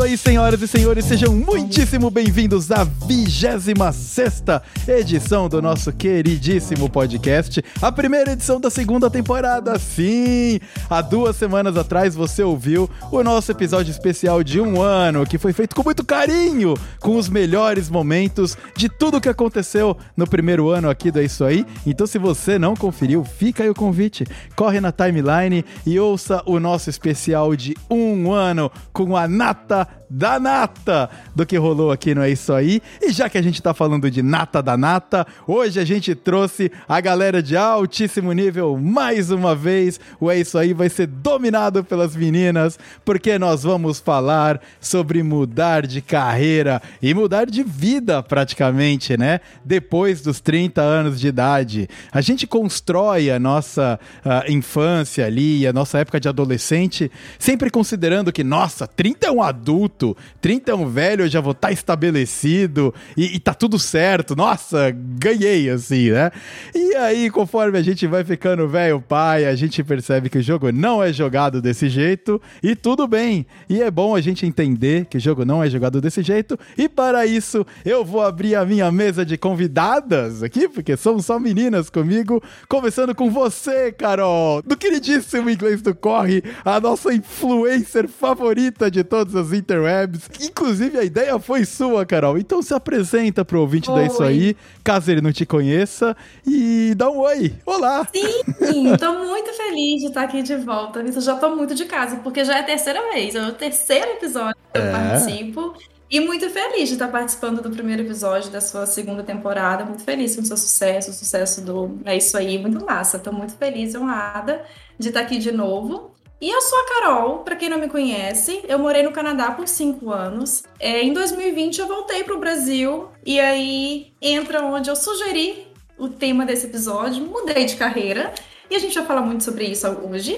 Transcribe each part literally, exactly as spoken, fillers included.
isso aí, senhoras e senhores, sejam muitíssimo bem-vindos à vigésima sexta edição do nosso queridíssimo podcast, a primeira edição da segunda temporada. Sim, há duas semanas atrás você ouviu o nosso episódio especial de um ano, que foi feito com muito carinho, com os melhores momentos de tudo que aconteceu no primeiro ano aqui do É Isso Aí. Então, se você não conferiu, fica aí o convite, corre na timeline e ouça o nosso especial de um ano com a nata da nata do que rolou aqui no É Isso Aí. E já que a gente tá falando de nata da nata, hoje a gente trouxe a galera de altíssimo nível mais uma vez. O É Isso Aí vai ser dominado pelas meninas, porque nós vamos falar sobre mudar de carreira e mudar de vida praticamente, né? Depois dos trinta anos de idade. A gente constrói a nossa uh, infância ali, a nossa época de adolescente, sempre considerando que, nossa, trinta é um adulto, trinta é um velho, eu já vou estar estabelecido e, e tá tudo certo, nossa, ganhei, assim, né? E aí, conforme a gente vai ficando velho pai, a gente percebe que o jogo não é jogado desse jeito e tudo bem. E é bom a gente entender que o jogo não é jogado desse jeito, e para isso eu vou abrir a minha mesa de convidadas aqui, porque são só meninas comigo, conversando com você, Carol, do queridíssimo Inglês do Corre, a nossa influencer favorita de todas as interwebs. Inclusive, a ideia foi sua, Carol. Então se apresenta pro ouvinte da Isso Aí, caso ele não te conheça, e dá um oi. Olá! Sim, tô muito feliz de estar aqui de volta. Eu já tô muito de casa, porque já é a terceira vez, é o terceiro episódio que eu É. participo. E muito feliz de estar participando do primeiro episódio da sua segunda temporada. Muito feliz com o seu sucesso, o sucesso do É Isso Aí. Muito massa. Tô muito feliz e honrada de estar aqui de novo. E eu sou a Carol, pra quem não me conhece. Eu morei no Canadá por cinco anos. É, em dois mil e vinte eu voltei pro Brasil. E aí entra onde eu sugeri o tema desse episódio. Mudei de carreira. E a gente vai falar muito sobre isso hoje.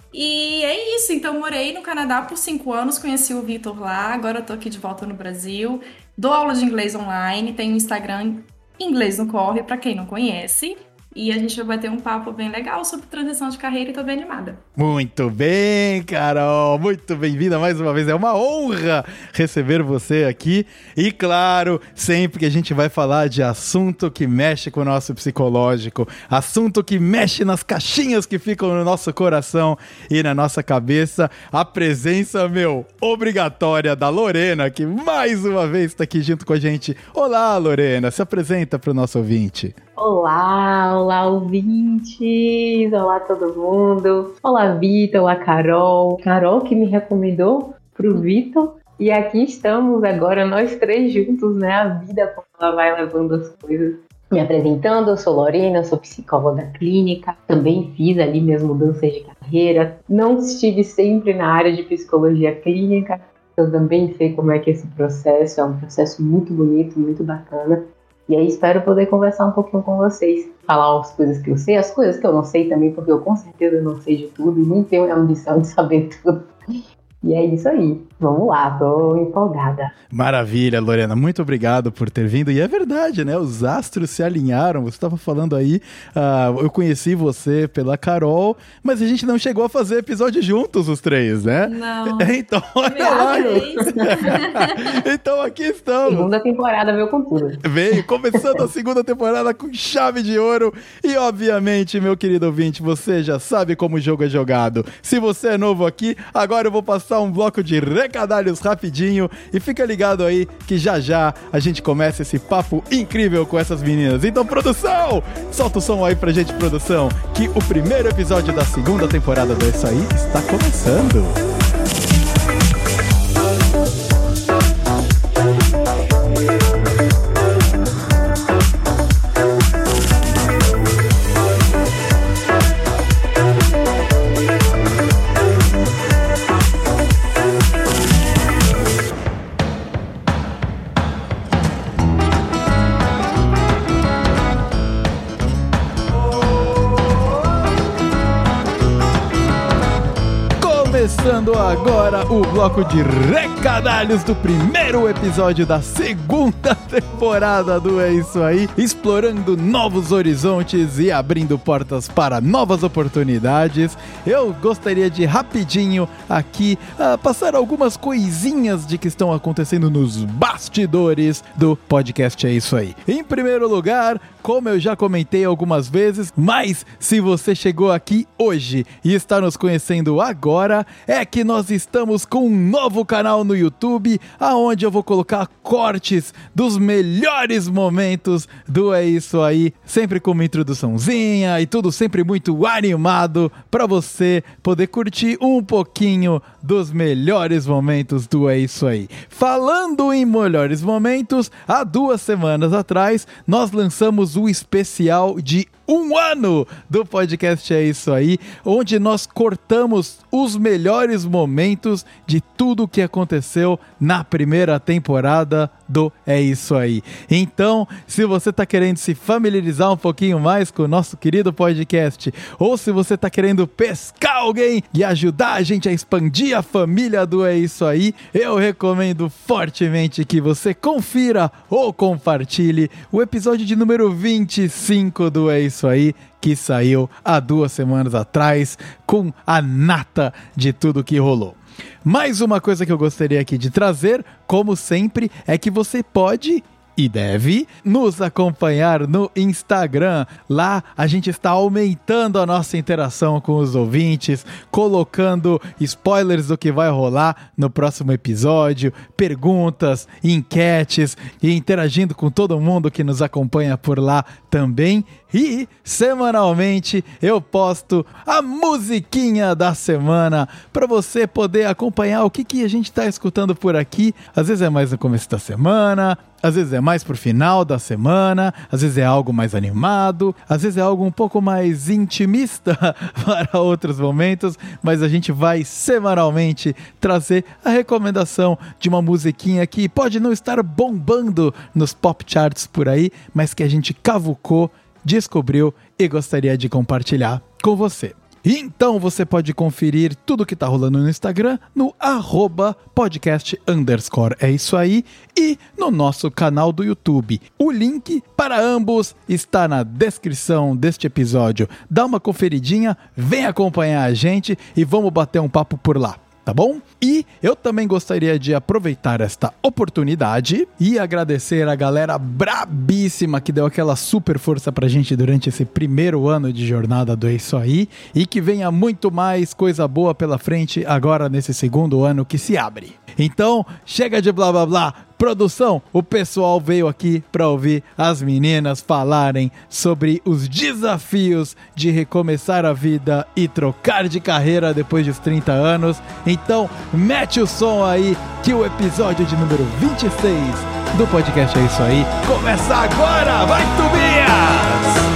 E é isso, então morei no Canadá por cinco anos, conheci o Vitor lá, agora eu tô aqui de volta no Brasil, dou aula de inglês online, tenho um Instagram Inglês no Corre, pra quem não conhece, e a gente vai bater um papo bem legal sobre transição de carreira e tô bem animada. Muito bem, Carol, muito bem-vinda mais uma vez, é uma honra receber você aqui, e claro, sempre que a gente vai falar de assunto que mexe com o nosso psicológico, assunto que mexe nas caixinhas que ficam no nosso coração e na nossa cabeça, a presença, meu, obrigatória da Lorena, que mais uma vez está aqui junto com a gente. Olá, Lorena, se apresenta para o nosso ouvinte. Olá, olá ouvintes, olá todo mundo, olá Vitor, olá Carol, Carol que me recomendou pro Vitor, e aqui estamos agora nós três juntos, né, a vida como ela vai levando as coisas. Me apresentando, eu sou Lorena, sou psicóloga clínica, também fiz ali minhas mudanças de carreira, não estive sempre na área de psicologia clínica, eu também sei como é que esse processo é um processo muito bonito, muito bacana. E aí espero poder conversar um pouquinho com vocês, falar as coisas que eu sei, as coisas que eu não sei também, porque eu com certeza não sei de tudo e nem tenho a ambição de saber tudo. E é isso aí, vamos lá, tô empolgada. Maravilha, Lorena, muito obrigado por ter vindo, e é verdade, né, os astros se alinharam, você estava falando aí, uh, eu conheci você pela Carol, mas a gente não chegou a fazer episódio juntos, os três, né? Não. Então, olha lá. Então aqui estamos. Segunda temporada veio com tudo. Veio, começando a segunda temporada com chave de ouro, e obviamente, meu querido ouvinte, você já sabe como o jogo é jogado. Se você é novo aqui, agora eu vou passar um bloco de recadalhos rapidinho e fica ligado aí que já já a gente começa esse papo incrível com essas meninas. Então, produção, solta o som aí pra gente, produção, que o primeiro episódio da segunda temporada do É Isso Aí está começando. Começando Começando agora o bloco de recadalhos do primeiro episódio da segunda temporada do É Isso Aí, explorando novos horizontes e abrindo portas para novas oportunidades. Eu gostaria de rapidinho aqui uh, passar algumas coisinhas de que estão acontecendo nos bastidores do podcast É Isso Aí. Em primeiro lugar, como eu já comentei algumas vezes, mas se você chegou aqui hoje e está nos conhecendo agora, é que nós estamos com um novo canal no YouTube, aonde eu vou colocar cortes dos melhores momentos do É Isso Aí, sempre com uma introduçãozinha e tudo sempre muito animado para você poder curtir um pouquinho dos melhores momentos do É Isso Aí. Falando em melhores momentos, há duas semanas atrás nós lançamos o especial de um ano do podcast É Isso Aí, onde nós cortamos os melhores momentos de tudo que aconteceu na primeira temporada do É Isso Aí. Então, se você está querendo se familiarizar um pouquinho mais com o nosso querido podcast, ou se você está querendo pescar alguém e ajudar a gente a expandir a família do É Isso Aí, eu recomendo fortemente que você confira ou compartilhe o episódio de número vinte e cinco do É Isso Aí, que saiu há duas semanas atrás, com a nata de tudo que rolou. Mais uma coisa que eu gostaria aqui de trazer, como sempre, é que você pode e deve nos acompanhar no Instagram. Lá a gente está aumentando a nossa interação com os ouvintes, colocando spoilers do que vai rolar no próximo episódio, perguntas, enquetes e interagindo com todo mundo que nos acompanha por lá também. E semanalmente eu posto a musiquinha da semana para você poder acompanhar o que, que a gente está escutando por aqui. Às vezes é mais no começo da semana, às vezes é mais pro final da semana, às vezes é algo mais animado, às vezes é algo um pouco mais intimista para outros momentos, mas a gente vai semanalmente trazer a recomendação de uma musiquinha que pode não estar bombando nos pop charts por aí, mas que a gente cavucou, descobriu e gostaria de compartilhar com você. Então você pode conferir tudo que tá rolando no Instagram, no arroba podcast underscore é isso aí, e no nosso canal do YouTube. O link para ambos está na descrição deste episódio. Dá uma conferidinha, vem acompanhar a gente e vamos bater um papo por lá. Tá bom? E eu também gostaria de aproveitar esta oportunidade e agradecer a galera brabíssima que deu aquela super força pra gente durante esse primeiro ano de jornada do É Isso Aí, e que venha muito mais coisa boa pela frente agora nesse segundo ano que se abre. Então, chega de blá blá blá. Produção, o pessoal veio aqui para ouvir as meninas falarem sobre os desafios de recomeçar a vida e trocar de carreira depois dos trinta anos. Então, mete o som aí que o episódio de número vinte e seis do podcast É Isso Aí começa agora! Vai, Tobias!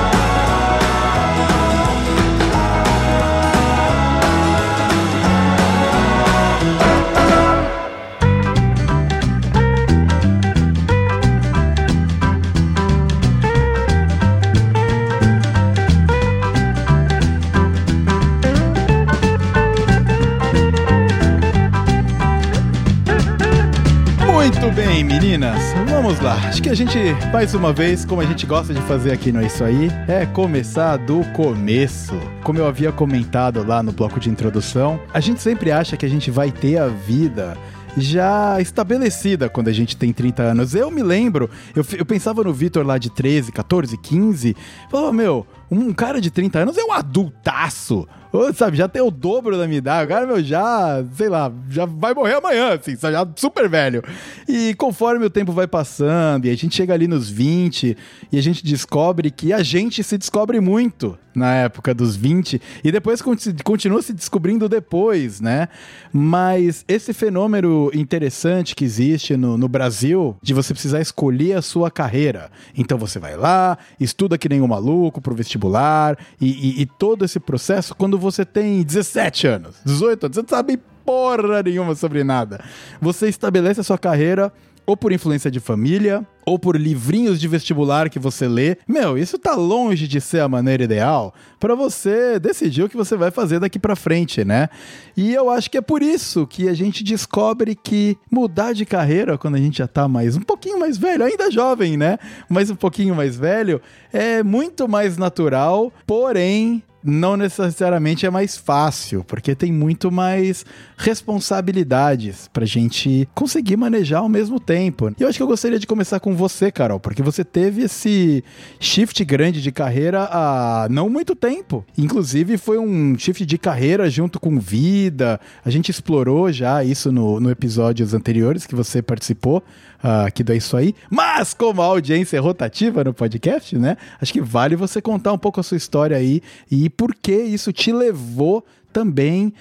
Muito bem, meninas, vamos lá. Acho que a gente, mais uma vez, como a gente gosta de fazer aqui no É Isso Aí, é começar do começo. Como eu havia comentado lá no bloco de introdução, a gente sempre acha que a gente vai ter a vida já estabelecida quando a gente tem trinta anos. Eu me lembro, eu, eu pensava no Vitor lá de treze, catorze, quinze, falava, meu, um cara de trinta anos é um adultaço. Ou, sabe, já tem o dobro da minha idade, o cara, meu, já, sei lá, já vai morrer amanhã, assim, sabe, já super velho. E conforme o tempo vai passando, e a gente chega ali nos vinte, e a gente descobre que a gente se descobre muito na época dos vinte, e depois continua se descobrindo depois, né? Mas esse fenômeno interessante que existe no, no Brasil, de você precisar escolher a sua carreira. Então você vai lá, estuda que nem um maluco pro vestibular, e, e, e todo esse processo, quando você tem dezessete anos, dezoito anos, você não sabe porra nenhuma sobre nada. Você estabelece a sua carreira ou por influência de família, ou por livrinhos de vestibular que você lê. Meu, isso tá longe de ser a maneira ideal para você decidir o que você vai fazer daqui pra frente, né? E eu acho que é por isso que a gente descobre que mudar de carreira quando a gente já tá mais, um pouquinho mais velho, ainda jovem, né? Mas um pouquinho mais velho, é muito mais natural, porém não necessariamente é mais fácil, porque tem muito mais responsabilidades pra gente conseguir manejar ao mesmo tempo. E eu acho que eu gostaria de começar com você, Carol, porque você teve esse shift grande de carreira há não muito tempo. Inclusive, foi um shift de carreira junto com vida. A gente explorou já isso no, no episódios anteriores que você participou. Uh, aqui do É Isso Aí, mas como a audiência é rotativa no podcast, né, acho que vale você contar um pouco a sua história aí e por que isso te levou também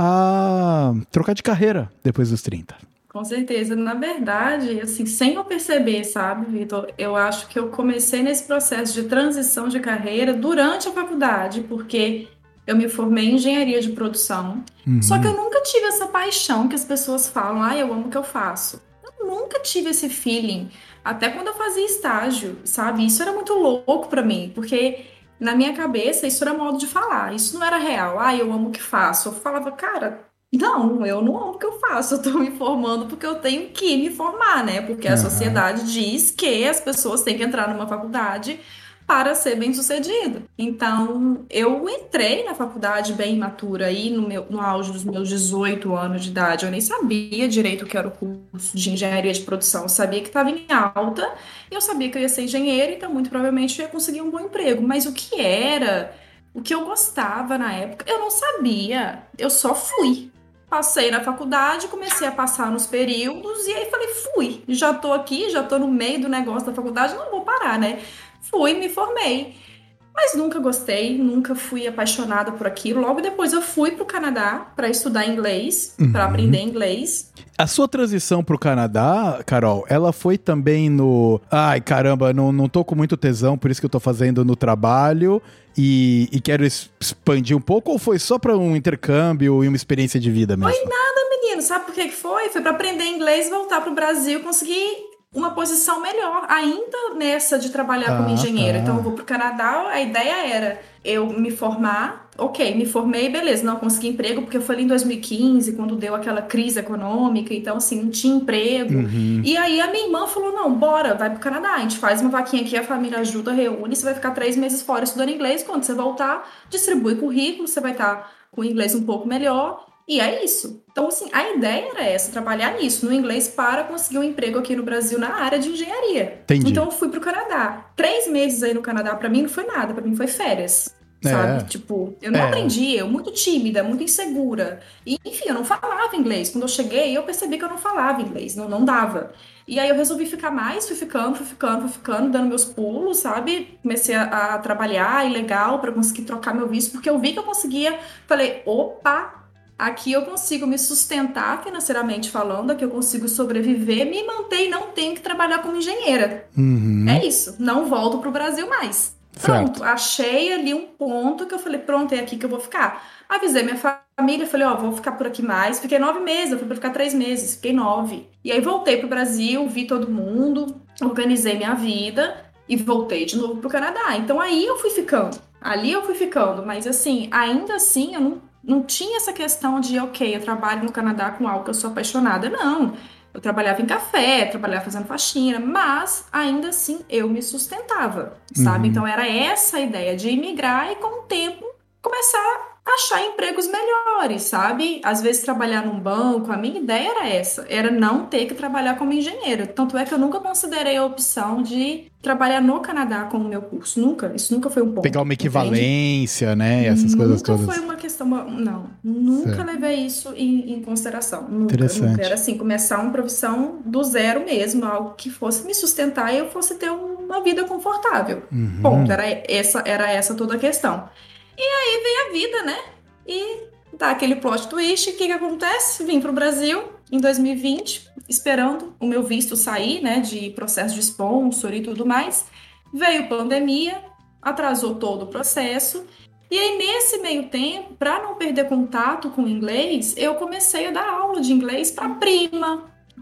a trocar de carreira depois dos trinta. Com certeza. Na verdade, assim, sem eu perceber, sabe, Vitor, eu acho que eu comecei nesse processo de transição de carreira durante a faculdade, porque eu me formei em engenharia de produção, uhum. Só que eu nunca tive essa paixão que as pessoas falam, ah, eu amo o que eu faço. Nunca tive esse feeling, até quando eu fazia estágio, sabe? Isso era muito louco pra mim, porque na minha cabeça isso era modo de falar, isso não era real. Ah, eu amo o que faço. Eu falava, cara, não, eu não amo o que eu faço, eu tô me formando porque eu tenho que me formar, né? Porque a uhum. sociedade diz que as pessoas têm que entrar numa faculdade para ser bem-sucedido. Então, eu entrei na faculdade bem imatura aí, no, meu, no auge dos meus dezoito anos de idade. Eu nem sabia direito o que era o curso de engenharia de produção. Eu sabia que estava em alta, eu sabia que eu ia ser engenheira, então muito provavelmente eu ia conseguir um bom emprego. Mas o que era, o que eu gostava na época, eu não sabia. Eu só fui. Passei na faculdade, comecei a passar nos períodos e aí falei, fui. Já tô aqui, já tô no meio do negócio da faculdade, não vou parar, né? Fui, me formei, mas nunca gostei, nunca fui apaixonada por aquilo. Logo depois eu fui para o Canadá para estudar inglês, uhum. para aprender inglês. A sua transição para o Canadá, Carol, ela foi também no... Ai, caramba, não, não tô com muito tesão, por isso que eu tô fazendo no trabalho e, e quero expandir um pouco, ou foi só para um intercâmbio e uma experiência de vida mesmo? Foi nada, menino. Sabe por que foi? Foi para aprender inglês, voltar para o Brasil, conseguir uma posição melhor, ainda nessa de trabalhar ah, como engenheira. Tá. Então eu vou pro Canadá, a ideia era eu me formar, ok, me formei, beleza, não consegui emprego, porque foi ali em dois mil e quinze, quando deu aquela crise econômica, então assim, não tinha emprego. Uhum. E aí a minha irmã falou, não, bora, vai pro Canadá, a gente faz uma vaquinha aqui, a família ajuda, reúne, você vai ficar três meses fora estudando inglês, quando você voltar, distribui currículo, você vai estar com o inglês um pouco melhor. E é isso. Então, assim, a ideia era essa, trabalhar nisso, no inglês, para conseguir um emprego aqui no Brasil na área de engenharia. Entendi. Então, eu fui pro Canadá. Três meses aí no Canadá, pra mim, não foi nada. Pra mim, foi férias, é. sabe? Tipo, eu não é. aprendi, eu muito tímida, muito insegura. E, enfim, eu não falava inglês. Quando eu cheguei, eu percebi que eu não falava inglês, não, não dava. E aí, eu resolvi ficar mais, fui ficando, fui ficando, fui ficando, dando meus pulos, sabe? Comecei a, a trabalhar, ilegal, pra conseguir trocar meu visto, porque eu vi que eu conseguia. Falei, opa! Aqui eu consigo me sustentar financeiramente falando, aqui eu consigo sobreviver, me manter e não tenho que trabalhar como engenheira. Uhum. É isso, não volto pro Brasil mais. Pronto, certo. Achei ali um ponto que eu falei, pronto, é aqui que eu vou ficar. Avisei minha família, falei, ó, oh, vou ficar por aqui mais. Fiquei nove meses, eu fui pra ficar três meses, fiquei nove. E aí voltei pro Brasil, vi todo mundo, organizei minha vida e voltei de novo pro Canadá. Então aí eu fui ficando, ali eu fui ficando, mas assim, ainda assim eu não Não tinha essa questão de, ok, eu trabalho no Canadá com algo que eu sou apaixonada. Não, eu trabalhava em café, trabalhava fazendo faxina, mas ainda assim eu me sustentava, sabe? Uhum. Então era essa a ideia de imigrar e com o tempo começar a achar empregos melhores, sabe? Às vezes trabalhar num banco, a minha ideia era essa, era não ter que trabalhar como engenheira. Tanto é que eu nunca considerei a opção de trabalhar no Canadá com o meu curso, nunca, isso nunca foi um ponto. Pegar uma equivalência, entende? Né, essas nunca coisas todas. Nunca foi uma questão, não, nunca certo. levei isso em, em consideração, nunca, Interessante. nunca. Era assim, começar uma profissão do zero mesmo, algo que fosse me sustentar e eu fosse ter uma vida confortável. Uhum. Ponto, era essa, era essa toda a questão. E aí vem a vida, né? E dá aquele plot twist. O que que acontece? Vim pro Brasil em dois mil e vinte, esperando o meu visto sair, né? De processo de sponsor e tudo mais. Veio pandemia, atrasou todo o processo. E aí, nesse meio tempo, para não perder contato com o inglês, eu comecei a dar aula de inglês para prima,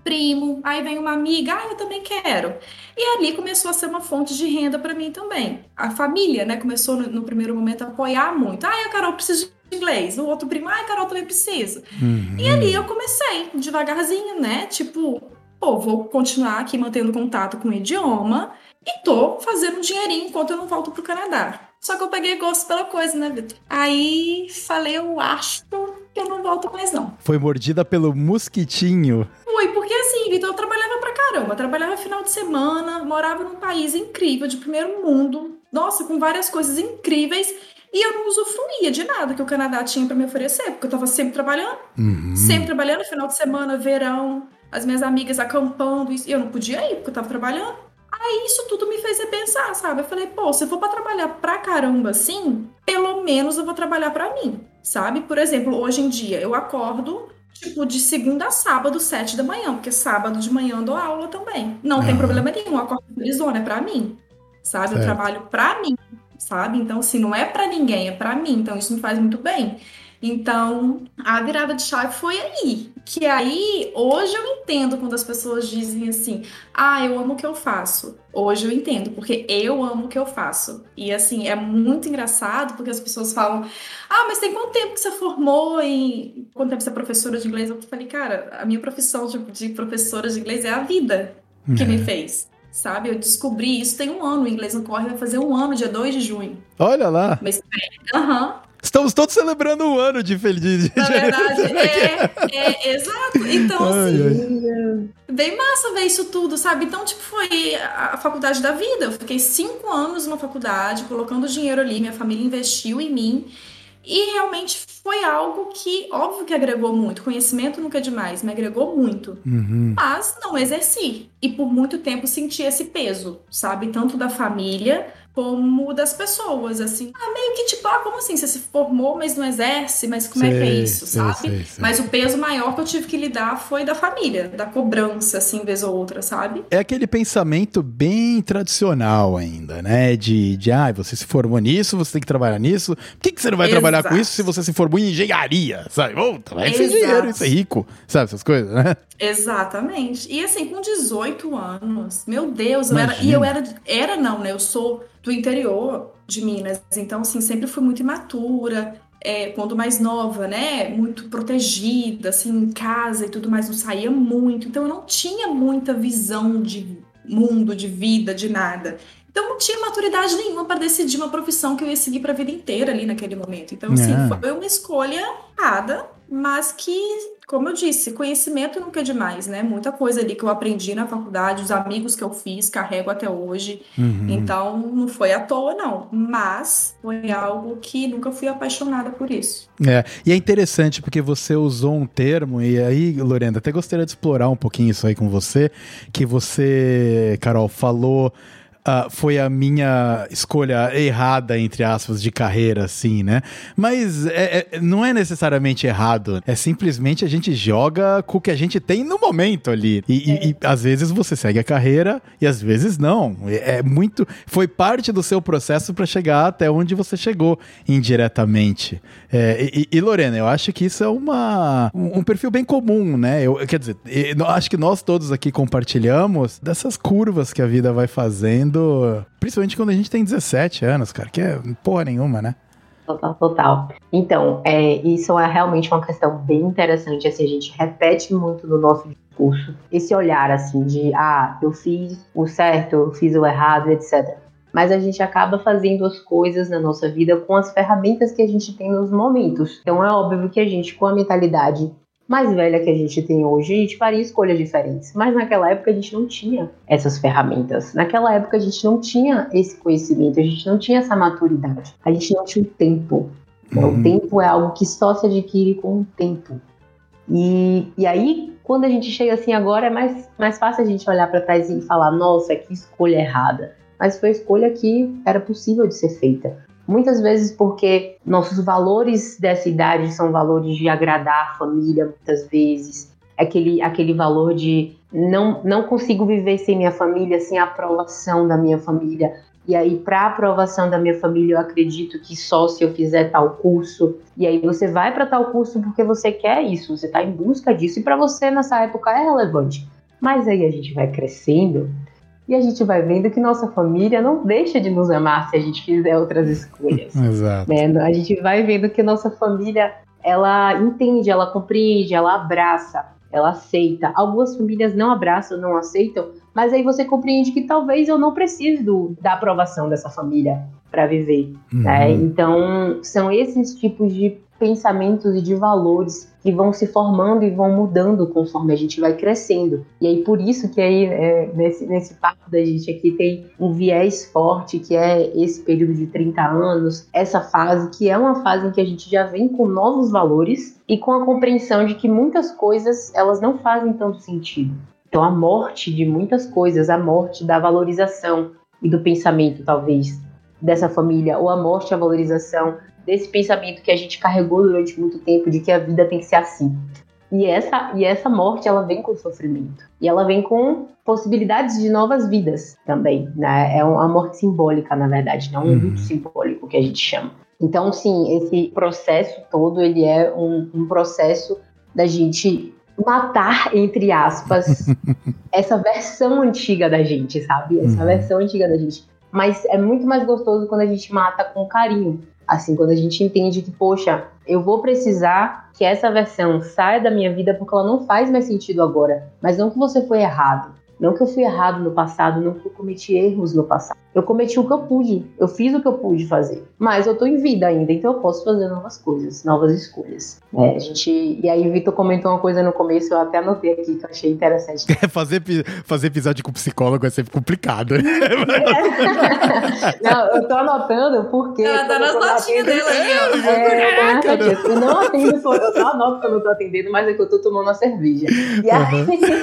primo, aí vem uma amiga, ah, eu também quero. E ali começou a ser uma fonte de renda para mim também. A família, né, começou no, no primeiro momento a apoiar muito. Ah, a Carol precisa de inglês. O outro primo, ah, a Carol também precisa. Uhum. E ali eu comecei, devagarzinho, né, tipo, pô, vou continuar aqui mantendo contato com o idioma e tô fazendo um dinheirinho enquanto eu não volto pro Canadá. Só que eu peguei gosto pela coisa, né, Vitor? Aí falei, eu acho que eu não volto mais, não. Foi mordida pelo mosquitinho. Fui, porque assim, Vitor, eu trabalhava pra caramba. Eu trabalhava final de semana, morava num país incrível, de primeiro mundo. Nossa, com várias coisas incríveis. E eu não usufruía de nada que o Canadá tinha pra me oferecer, porque eu tava sempre trabalhando. Uhum. Sempre trabalhando, final de semana, verão, as minhas amigas acampando. E eu não podia ir, porque eu tava trabalhando. Aí isso tudo me fez repensar, sabe? Eu falei, pô, se eu for pra trabalhar pra caramba assim, pelo menos eu vou trabalhar pra mim, sabe? Por exemplo, hoje em dia eu acordo, tipo, de segunda a sábado, sete da manhã, porque sábado de manhã eu dou aula também. Não Ah. tem problema nenhum, eu acordo felizona, é pra mim, sabe? Certo. Eu trabalho pra mim, sabe? Então, assim, não é pra ninguém, é pra mim, então isso me faz muito bem. Então, a virada de chave foi aí. Que aí, hoje eu entendo quando as pessoas dizem assim, ah, eu amo o que eu faço. Hoje eu entendo, porque eu amo o que eu faço. E assim, é muito engraçado, porque as pessoas falam, ah, mas tem quanto tempo que você formou em... Quanto tempo você é professora de inglês? Eu falei, cara, a minha profissão de, de professora de inglês é a vida que É. me fez. Sabe? Eu descobri isso tem um ano. O Inglês no Corre vai fazer um ano, dia dois de junho. Olha lá. Mas, aham. Estamos todos celebrando um ano de felicidade. Na verdade, é, é, exato. Então, assim, bem massa ver isso tudo, sabe? Então, tipo, foi a faculdade da vida. Eu fiquei cinco anos numa faculdade, colocando dinheiro ali, minha família investiu em mim. E realmente foi algo que, óbvio que agregou muito. Conhecimento nunca é demais, me agregou muito. Uhum. Mas não exerci. E por muito tempo senti esse peso, sabe? Tanto da família como das pessoas, assim. Ah, meio que tipo, ah, como assim? Você se formou, mas não exerce? Mas como Sei, é que é isso, sei, sabe? sei, sei. Mas o peso maior que eu tive que lidar foi da família, da cobrança, assim, vez ou outra, sabe? É aquele pensamento bem tradicional ainda, né? De, de ah, você se formou nisso, você tem que trabalhar nisso. Por que, que você não vai Exato. trabalhar com isso se você se formou em engenharia, sabe? Oh, vai ser Exato. dinheiro, isso é rico, sabe? Essas coisas, né? Exatamente. E assim, com dezoito anos, meu Deus, eu Imagina. era, e eu era, era não, né? Eu sou do interior de Minas, então assim, sempre fui muito imatura, é, quando mais nova, né? Muito protegida, assim, em casa e tudo mais, não saía muito, então eu não tinha muita visão de mundo, de vida, de nada. Então não tinha maturidade nenhuma para decidir uma profissão que eu ia seguir para a vida inteira ali naquele momento. Então, assim, É. foi uma escolha errada, mas que, como eu disse, conhecimento nunca é demais, né? Muita coisa ali que eu aprendi na faculdade, os amigos que eu fiz, carrego até hoje. Uhum. Então, não foi à toa, não. Mas foi algo que nunca fui apaixonada por isso. É, e é interessante porque você usou um termo, e aí, Lorena, até gostaria de explorar um pouquinho isso aí com você, que você, Carol, falou... Uh, foi a minha escolha errada, entre aspas, de carreira, assim, né? Mas é, é, não é necessariamente errado. É simplesmente a gente joga com o que a gente tem no momento ali. E, É. e, e às vezes você segue a carreira e às vezes não. É, é muito... Foi parte do seu processo para chegar até onde você chegou indiretamente. É, e, e, Lorena, eu acho que isso é uma, um, um perfil bem comum, né? Eu, quer dizer, eu acho que nós todos aqui compartilhamos dessas curvas que a vida vai fazendo. Principalmente quando a gente tem dezessete anos, cara, que é porra nenhuma, né? Total, total. Então, é, isso é realmente uma questão bem interessante, assim, a gente repete muito no nosso discurso, esse olhar, assim, de, ah, eu fiz o certo, eu fiz o errado, etcétera. Mas a gente acaba fazendo as coisas na nossa vida com as ferramentas que a gente tem nos momentos. Então, é óbvio que a gente, com a mentalidade mais velha que a gente tem hoje, a gente faria escolhas diferentes. Mas naquela época a gente não tinha essas ferramentas. Naquela época a gente não tinha esse conhecimento, a gente não tinha essa maturidade. A gente não tinha o tempo. Uhum. O tempo é algo que só se adquire com o tempo. E, e aí, quando a gente chega assim agora, é mais, mais fácil a gente olhar para trás e falar, nossa, que escolha errada. Mas foi a escolha que era possível de ser feita. Muitas vezes porque nossos valores dessa idade são valores de agradar a família, muitas vezes. Aquele, aquele valor de não, não consigo viver sem minha família, sem a aprovação da minha família. E aí, para a aprovação da minha família, eu acredito que só se eu fizer tal curso. E aí você vai para tal curso porque você quer isso, você está em busca disso. E para você, nessa época, é relevante. Mas aí a gente vai crescendo e a gente vai vendo que nossa família não deixa de nos amar se a gente fizer outras escolhas. Exato. Né? A gente vai vendo que nossa família, ela entende, ela compreende, ela abraça, ela aceita. Algumas famílias não abraçam, não aceitam, mas aí você compreende que talvez eu não precise do, da aprovação dessa família para viver. Uhum. Né? Então, são esses tipos de pensamentos e de valores que vão se formando e vão mudando conforme a gente vai crescendo. E aí, por isso que aí, é, nesse, nesse papo da gente aqui tem um viés forte, que é esse período de trinta anos, essa fase que é uma fase em que a gente já vem com novos valores e com a compreensão de que muitas coisas, elas não fazem tanto sentido. Então, a morte de muitas coisas, a morte da valorização e do pensamento, talvez, dessa família, ou a morte e a valorização desse pensamento que a gente carregou durante muito tempo de que a vida tem que ser assim. E essa, e essa morte, ela vem com sofrimento. E ela vem com possibilidades de novas vidas também, né? É uma morte simbólica, na verdade, não um luto simbólico que a gente chama. Então, sim, esse processo todo, ele é um, um processo da gente matar, entre aspas, essa versão antiga da gente, sabe? Essa uhum. versão antiga da gente. Mas é muito mais gostoso quando a gente mata com carinho. Assim, quando a gente entende que, poxa, eu vou precisar que essa versão saia da minha vida porque ela não faz mais sentido agora. Mas não que você foi errado. Não que eu fui errado no passado, não que eu cometi erros no passado. Eu cometi o que eu pude, eu fiz o que eu pude fazer. Mas eu tô em vida ainda, então eu posso fazer novas coisas, novas escolhas. É, a gente... E aí o Vitor comentou uma coisa no começo, eu até anotei aqui, que eu achei interessante. fazer, fazer episódio com psicólogo é sempre complicado. Não, eu tô anotando porque... Ela tá nas notinhas dela aí, ó. É, caraca, eu não atendo, eu não anoto que eu não tô atendendo, mas é que eu tô tomando uma cerveja. E aí,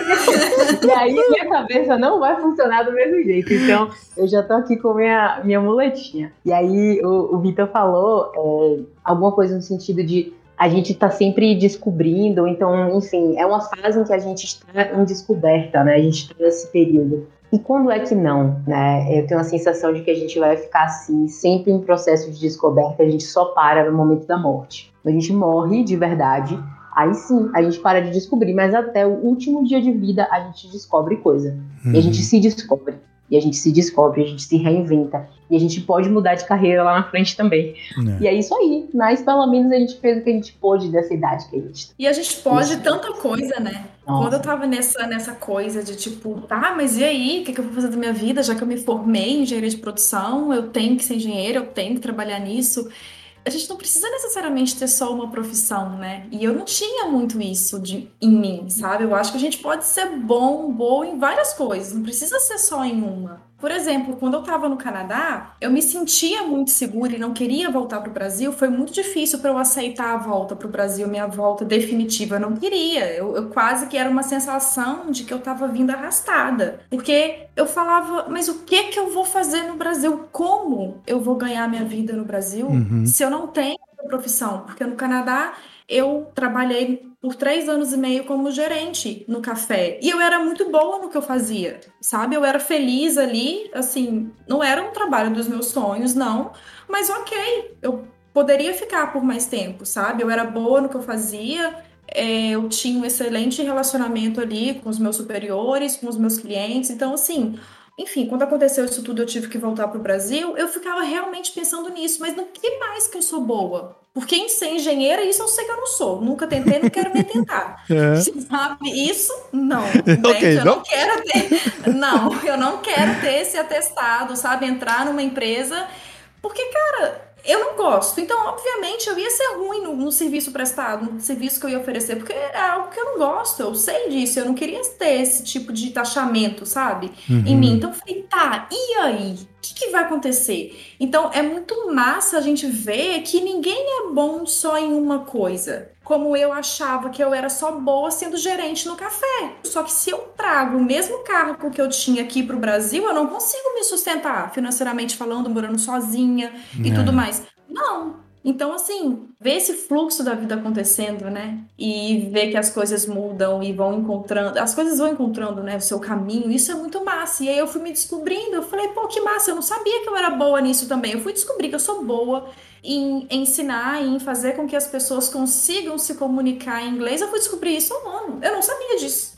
uhum. e aí minha cabeça não vai funcionar do mesmo jeito, então eu já tô aqui com minha, minha muletinha. E aí o, o Vitor falou é, alguma coisa no sentido de a gente tá sempre descobrindo, então, enfim, é uma fase em que a gente está em descoberta, né? A gente tá nesse período. E quando é que não, né? Eu tenho a sensação de que a gente vai ficar assim, sempre em processo de descoberta, a gente só para no momento da morte. Quando a gente morre de verdade, aí sim, a gente para de descobrir, mas até o último dia de vida a gente descobre coisa. Uhum. E a gente se descobre. E a gente se descobre, a gente se reinventa. E a gente pode mudar de carreira lá na frente também. É. E é isso aí. Mas pelo menos a gente fez o que a gente pôde dessa idade que a gente tem. E a gente pode isso. Tanta coisa, né? Nossa. Quando eu tava nessa, nessa coisa de tipo, tá, mas e aí? O que, que eu vou fazer da minha vida? Já que eu me formei em engenharia de produção, eu tenho que ser engenheira, eu tenho que trabalhar nisso. A gente não precisa necessariamente ter só uma profissão, né? E eu não tinha muito isso de, em mim, sabe? Eu acho que a gente pode ser bom, boa em várias coisas, não precisa ser só em uma. Por exemplo, quando eu tava no Canadá, eu me sentia muito segura e não queria voltar pro Brasil. Foi muito difícil para eu aceitar a volta pro Brasil, minha volta definitiva. Eu não queria. Eu, eu quase que era uma sensação de que eu tava vindo arrastada. Porque eu falava, mas o que que eu vou fazer no Brasil? Como eu vou ganhar minha vida no Brasil uhum. se eu não tenho profissão? Porque no Canadá eu trabalhei por três anos e meio como gerente no café. E eu era muito boa no que eu fazia, sabe? Eu era feliz ali, assim, não era um trabalho dos meus sonhos, não. Mas ok, eu poderia ficar por mais tempo, sabe? Eu era boa no que eu fazia, é, eu tinha um excelente relacionamento ali com os meus superiores, com os meus clientes. Então, assim... Enfim, quando aconteceu isso tudo, eu tive que voltar pro Brasil, eu ficava realmente pensando nisso, mas no que mais que eu sou boa? Porque em ser engenheira, isso eu sei que eu não sou. Nunca tentei, não quero nem tentar. É. Sabe? Isso, não. Okay, eu não. não quero ter... Não, eu não quero ter esse atestado, sabe? Entrar numa empresa... Porque, cara... Eu não gosto, então obviamente eu ia ser ruim no, no serviço prestado, no serviço que eu ia oferecer, porque é algo que eu não gosto, eu sei disso, eu não queria ter esse tipo de taxamento, sabe, uhum. em mim. Então eu falei, tá, e aí? O que, que vai acontecer? Então é muito massa a gente ver que ninguém é bom só em uma coisa. Como eu achava que eu era só boa sendo gerente no café. Só que se eu trago o mesmo cargo que eu tinha aqui pro Brasil, eu não consigo me sustentar financeiramente falando, morando sozinha e é. tudo mais. Não. Então, assim, ver esse fluxo da vida acontecendo, né? E ver que as coisas mudam e vão encontrando... As coisas vão encontrando, né? O seu caminho. Isso é muito massa. E aí eu fui me descobrindo. Eu falei, pô, que massa. Eu não sabia que eu era boa nisso também. Eu fui descobrir que eu sou boa em ensinar e em fazer com que as pessoas consigam se comunicar em inglês. Eu fui descobrir isso há um ano. Eu não sabia disso.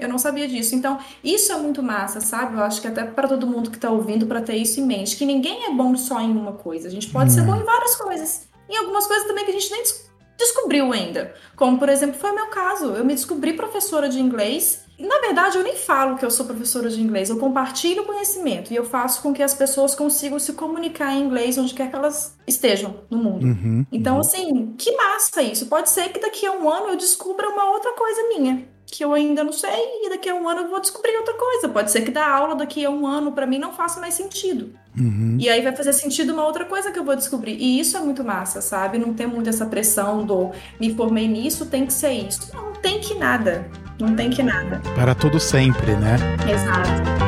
Eu não sabia disso. Então, isso é muito massa, sabe? Eu acho que até para todo mundo que tá ouvindo, para ter isso em mente, que ninguém é bom só em uma coisa. A gente pode hum. ser bom em várias coisas. Em algumas coisas também que a gente nem descobriu ainda. Como, por exemplo, foi o meu caso. Eu me descobri professora de inglês. Na verdade, eu nem falo que eu sou professora de inglês. Eu compartilho conhecimento e eu faço com que as pessoas consigam se comunicar em inglês onde quer que elas estejam no mundo. Uhum, então, uhum. assim, que massa isso. Pode ser que daqui a um ano eu descubra uma outra coisa minha, que eu ainda não sei, e daqui a um ano eu vou descobrir outra coisa. Pode ser que dar aula daqui a um ano, pra mim, não faça mais sentido. Uhum. E aí vai fazer sentido uma outra coisa que eu vou descobrir. E isso é muito massa, sabe? Não tem muito essa pressão do me formei nisso, tem que ser isso. Não, não tem que nada. Não tem que nada. Para tudo sempre, né? Exato.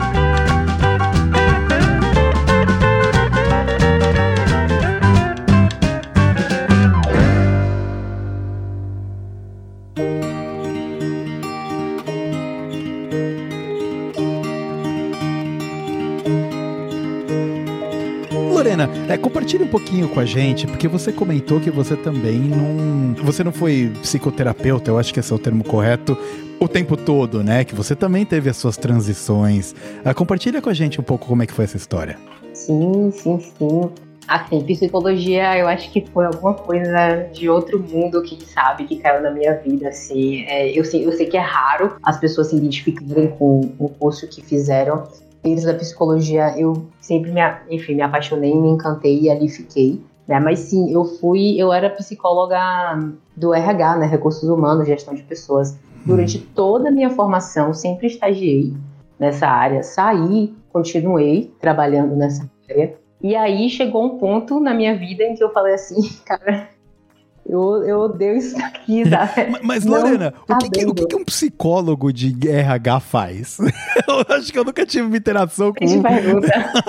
Lorena, é, compartilhe um pouquinho com a gente, porque você comentou que você também não... Você não foi psicoterapeuta, eu acho que esse é o termo correto, o tempo todo, né? Que você também teve as suas transições. Ah, compartilha com a gente um pouco como é que foi essa história. Sim, sim, sim. Assim, psicologia, eu acho que foi alguma coisa de outro mundo, quem sabe, que caiu na minha vida, assim. É, eu, sei, eu sei que é raro as pessoas se identificarem com o curso que fizeram. Dentro da psicologia, eu sempre me, enfim, me apaixonei, me encantei e ali fiquei, né? Mas sim, eu fui, eu era psicóloga do R H, né? Recursos Humanos, Gestão de Pessoas. Durante toda a minha formação, sempre estagiei nessa área. Saí, continuei trabalhando nessa área. E aí chegou um ponto na minha vida em que eu falei assim, cara, eu, eu odeio isso aqui, sabe? Mas, mas Lorena, o, que, que, o que, que um psicólogo de R H faz? Eu acho que eu nunca tive uma interação com... A gente pergunta.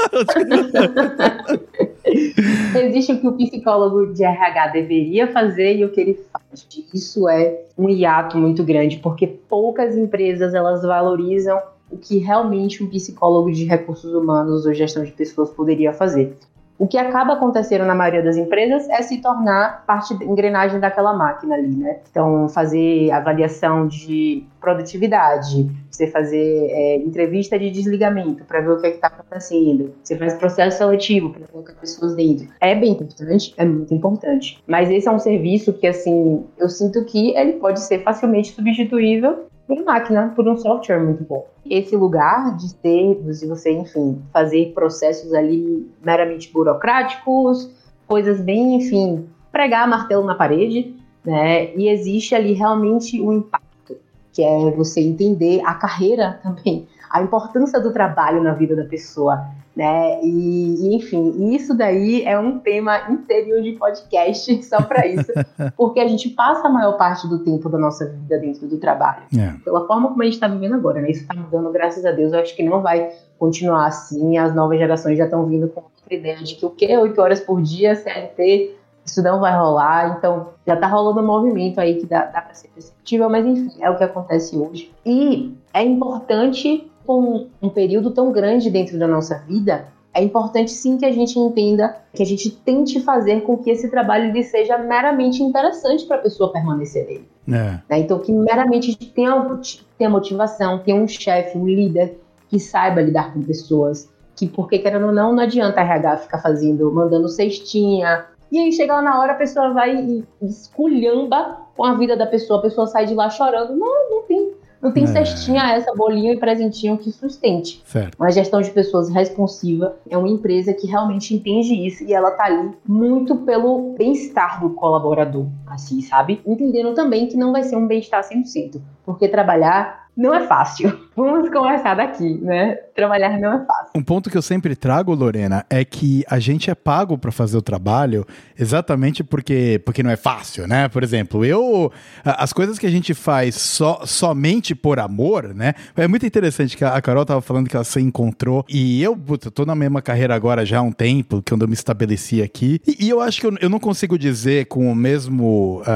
Existe o que o psicólogo de R H deveria fazer e o que ele faz. Isso é um hiato muito grande, porque poucas empresas elas valorizam o que realmente um psicólogo de recursos humanos ou gestão de pessoas poderia fazer. O que acaba acontecendo na maioria das empresas é se tornar parte da engrenagem daquela máquina ali, né? Então, fazer avaliação de produtividade, você fazer é, entrevista de desligamento para ver o que é está acontecendo, você faz processo seletivo para colocar pessoas dentro. É bem importante, é muito importante. Mas esse é um serviço que, assim, eu sinto que ele pode ser facilmente substituível por máquina, por um software muito bom. Esse lugar de ter, de você, enfim, fazer processos ali meramente burocráticos, coisas bem, enfim, pregar martelo na parede, né? E existe ali realmente um impacto, que é você entender a carreira também, a importância do trabalho na vida da pessoa, né? E, e enfim, isso daí é um tema inteiro de podcast só para isso, porque a gente passa a maior parte do tempo da nossa vida dentro do trabalho. É. Pela forma como a gente está vivendo agora, né? Isso está mudando, graças a Deus. Eu acho que não vai continuar assim. As novas gerações já estão vindo com outra ideia de que o quê? Oito horas por dia, C L T, isso não vai rolar. Então, já está rolando um movimento aí que dá, dá para ser perceptível, mas enfim, é o que acontece hoje. E é importante, com um período tão grande dentro da nossa vida, é importante sim que a gente entenda, que a gente tente fazer com que esse trabalho ele seja meramente interessante para a pessoa permanecer nele. É. Né? Então, que meramente tenha, tenha motivação, tenha um chefe, um líder que saiba lidar com pessoas, que porque querendo ou não, não adianta a R H ficar fazendo, mandando cestinha, e aí chega lá na hora, a pessoa vai e esculhamba com a vida da pessoa, a pessoa sai de lá chorando, não, não tem... Não tem é. cestinha, essa bolinha e presentinho que sustente. Certo. Uma gestão de pessoas responsiva é uma empresa que realmente entende isso e ela tá ali muito pelo bem-estar do colaborador, assim, sabe? Entendendo também que não vai ser um bem-estar cem por cento, porque trabalhar não é fácil. Vamos começar daqui, né? Trabalhar não é fácil. Um ponto que eu sempre trago, Lorena, é que a gente é pago para fazer o trabalho exatamente porque, porque não é fácil, né? Por exemplo, eu... As coisas que a gente faz so, somente por amor, né? É muito interessante que a Carol tava falando que ela se encontrou e eu, puta, tô na mesma carreira agora já há um tempo, que eu me estabeleci aqui. E, e eu acho que eu, eu não consigo dizer com o mesmo... Uh,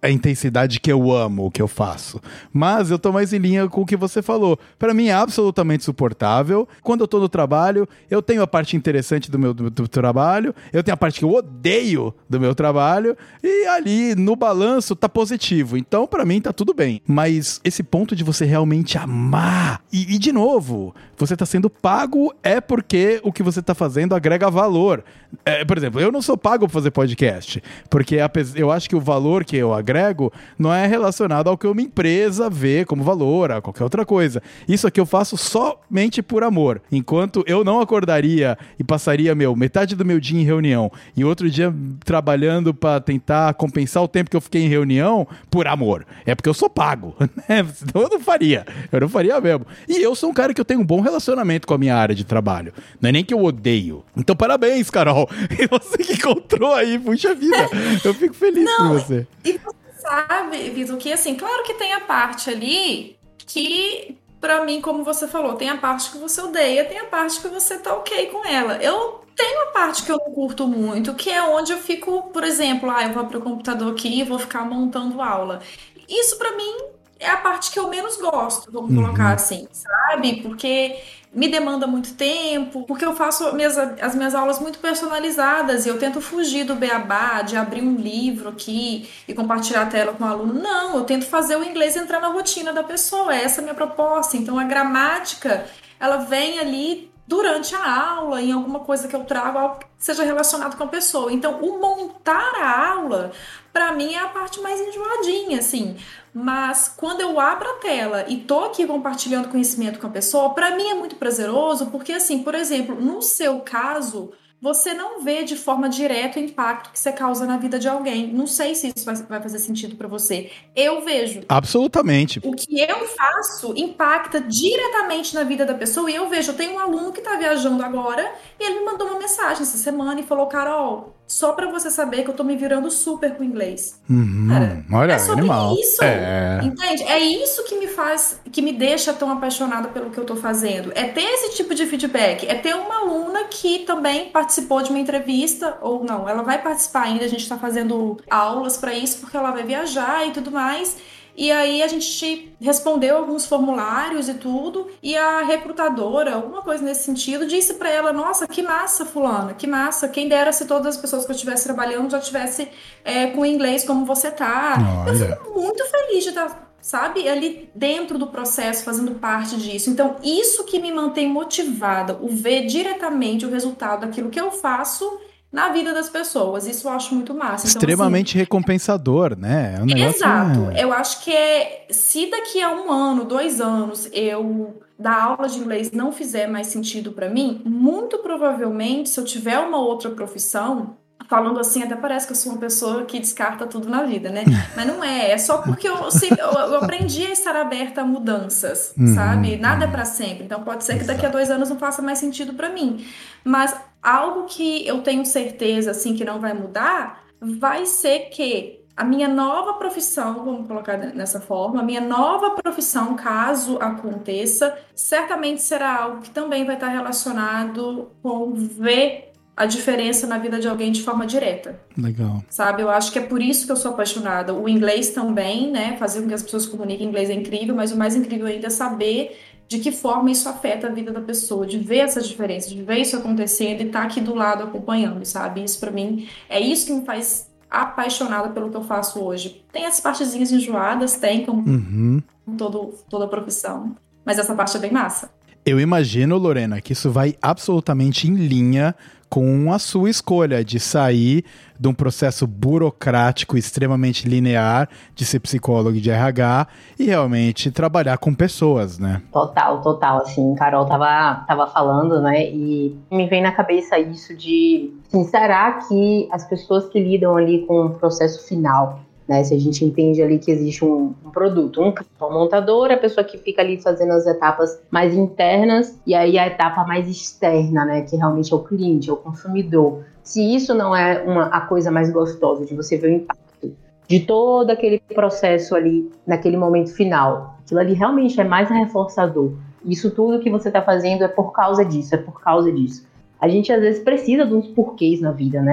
a intensidade que eu amo o que eu faço. Mas eu tô mais em linha com o que você falou. Pra mim é absolutamente suportável. Quando eu tô no trabalho, eu tenho a parte interessante do meu do, do trabalho, eu tenho a parte que eu odeio do meu trabalho, e ali no balanço tá positivo. Então, pra mim, tá tudo bem. Mas esse ponto de você realmente amar, e, e de novo, você tá sendo pago é porque o que você tá fazendo agrega valor. É, por exemplo, eu não sou pago pra fazer podcast, porque eu acho que o valor que eu agrego não é relacionado ao que uma empresa vê como valor, a qualquer outra coisa. Isso aqui eu faço somente por amor. Enquanto eu não acordaria e passaria, meu, metade do meu dia em reunião e outro dia trabalhando pra tentar compensar o tempo que eu fiquei em reunião por amor. É porque eu sou pago, né? Senão eu não faria. Eu não faria mesmo. E eu sou um cara que eu tenho um bom relacionamento com a minha área de trabalho. Não é nem que eu odeio. Então, parabéns, Carol. E você que encontrou aí, puxa vida. Eu fico feliz não, por você. E você sabe, Vitor, que assim, claro que tem a parte ali que, pra mim, como você falou, tem a parte que você odeia, tem a parte que você tá ok com ela. Eu tenho a parte que eu não curto muito, que é onde eu fico, por exemplo, ah, eu vou abrir o computador aqui e vou ficar montando aula. Isso pra mim é a parte que eu menos gosto, vamos uhum. colocar assim, sabe? Porque me demanda muito tempo, porque eu faço minhas, as minhas aulas muito personalizadas e eu tento fugir do beabá, de abrir um livro aqui e compartilhar a tela com o aluno. Não, eu tento fazer o inglês entrar na rotina da pessoa, essa é a minha proposta. Então a gramática, ela vem ali durante a aula, em alguma coisa que eu trago, algo que seja relacionado com a pessoa. Então o montar a aula, pra mim, é a parte mais enjoadinha, assim. Mas quando eu abro a tela e tô aqui compartilhando conhecimento com a pessoa, pra mim é muito prazeroso, porque assim, por exemplo, no seu caso, você não vê de forma direta o impacto que você causa na vida de alguém. Não sei se isso vai, vai fazer sentido pra você. Eu vejo. Absolutamente. O que eu faço impacta diretamente na vida da pessoa, e eu vejo, eu tenho um aluno que tá viajando agora, e ele me mandou uma mensagem essa semana e falou: Carol, só pra você saber que eu tô me virando super com o inglês. Uhum, Cara, olha, é sobre animal. isso, é. entende? É isso que me faz, que me deixa tão apaixonada pelo que eu tô fazendo. É ter esse tipo de feedback, é ter uma aluna que também participou de uma entrevista, ou não, ela vai participar ainda, a gente tá fazendo aulas pra isso, porque ela vai viajar e tudo mais. E aí a gente respondeu alguns formulários e tudo, e a recrutadora, alguma coisa nesse sentido, disse pra ela: nossa, que massa, fulana, que massa, quem dera se todas as pessoas que eu estivesse trabalhando já tivesse é, com inglês como você tá. Olha. Eu fico muito feliz de estar, sabe, ali dentro do processo, fazendo parte disso. Então, isso que me mantém motivada, o ver diretamente o resultado daquilo que eu faço na vida das pessoas. Isso eu acho muito massa. Extremamente então, assim, recompensador, né? É um negócio. Exato. É... Eu acho que é, se daqui a um ano, dois anos, eu dar aula de inglês não fizer mais sentido para mim, muito provavelmente, se eu tiver uma outra profissão, falando assim, até parece que eu sou uma pessoa que descarta tudo na vida, né? Mas não é. É só porque eu, eu, eu aprendi a estar aberta a mudanças, uhum, sabe? Nada é para sempre. Então pode ser que daqui a dois anos não faça mais sentido para mim. Mas algo que eu tenho certeza, assim, que não vai mudar, vai ser que a minha nova profissão, vamos colocar nessa forma, a minha nova profissão, caso aconteça, certamente será algo que também vai estar relacionado com ver a diferença na vida de alguém de forma direta. Legal. Sabe, eu acho que é por isso que eu sou apaixonada. O inglês também, né, fazer com que as pessoas se comuniquem em inglês é incrível, mas o mais incrível ainda é saber de que forma isso afeta a vida da pessoa, de ver essa diferença, de ver isso acontecendo e estar aqui do lado acompanhando, sabe? Isso pra mim, é isso que me faz apaixonada pelo que eu faço hoje. Tem as partezinhas enjoadas, tem, como uhum. todo, toda profissão, mas essa parte é bem massa. Eu imagino, Lorena, que isso vai absolutamente em linha com a sua escolha de sair de um processo burocrático extremamente linear de ser psicólogo de R H e realmente trabalhar com pessoas, né? Total, total. Assim, Carol tava, tava falando, né? E me vem na cabeça isso de, assim, será que as pessoas que lidam ali com o processo final, né, se a gente entende ali que existe um, um produto, um, um montador, a pessoa que fica ali fazendo as etapas mais internas, e aí a etapa mais externa, né, que realmente é o cliente, é o consumidor. Se isso não é uma, a coisa mais gostosa de você ver o impacto de todo aquele processo ali, naquele momento final, aquilo ali realmente é mais reforçador. Isso tudo que você está fazendo é por causa disso, é por causa disso. A gente às vezes precisa de uns porquês na vida, né?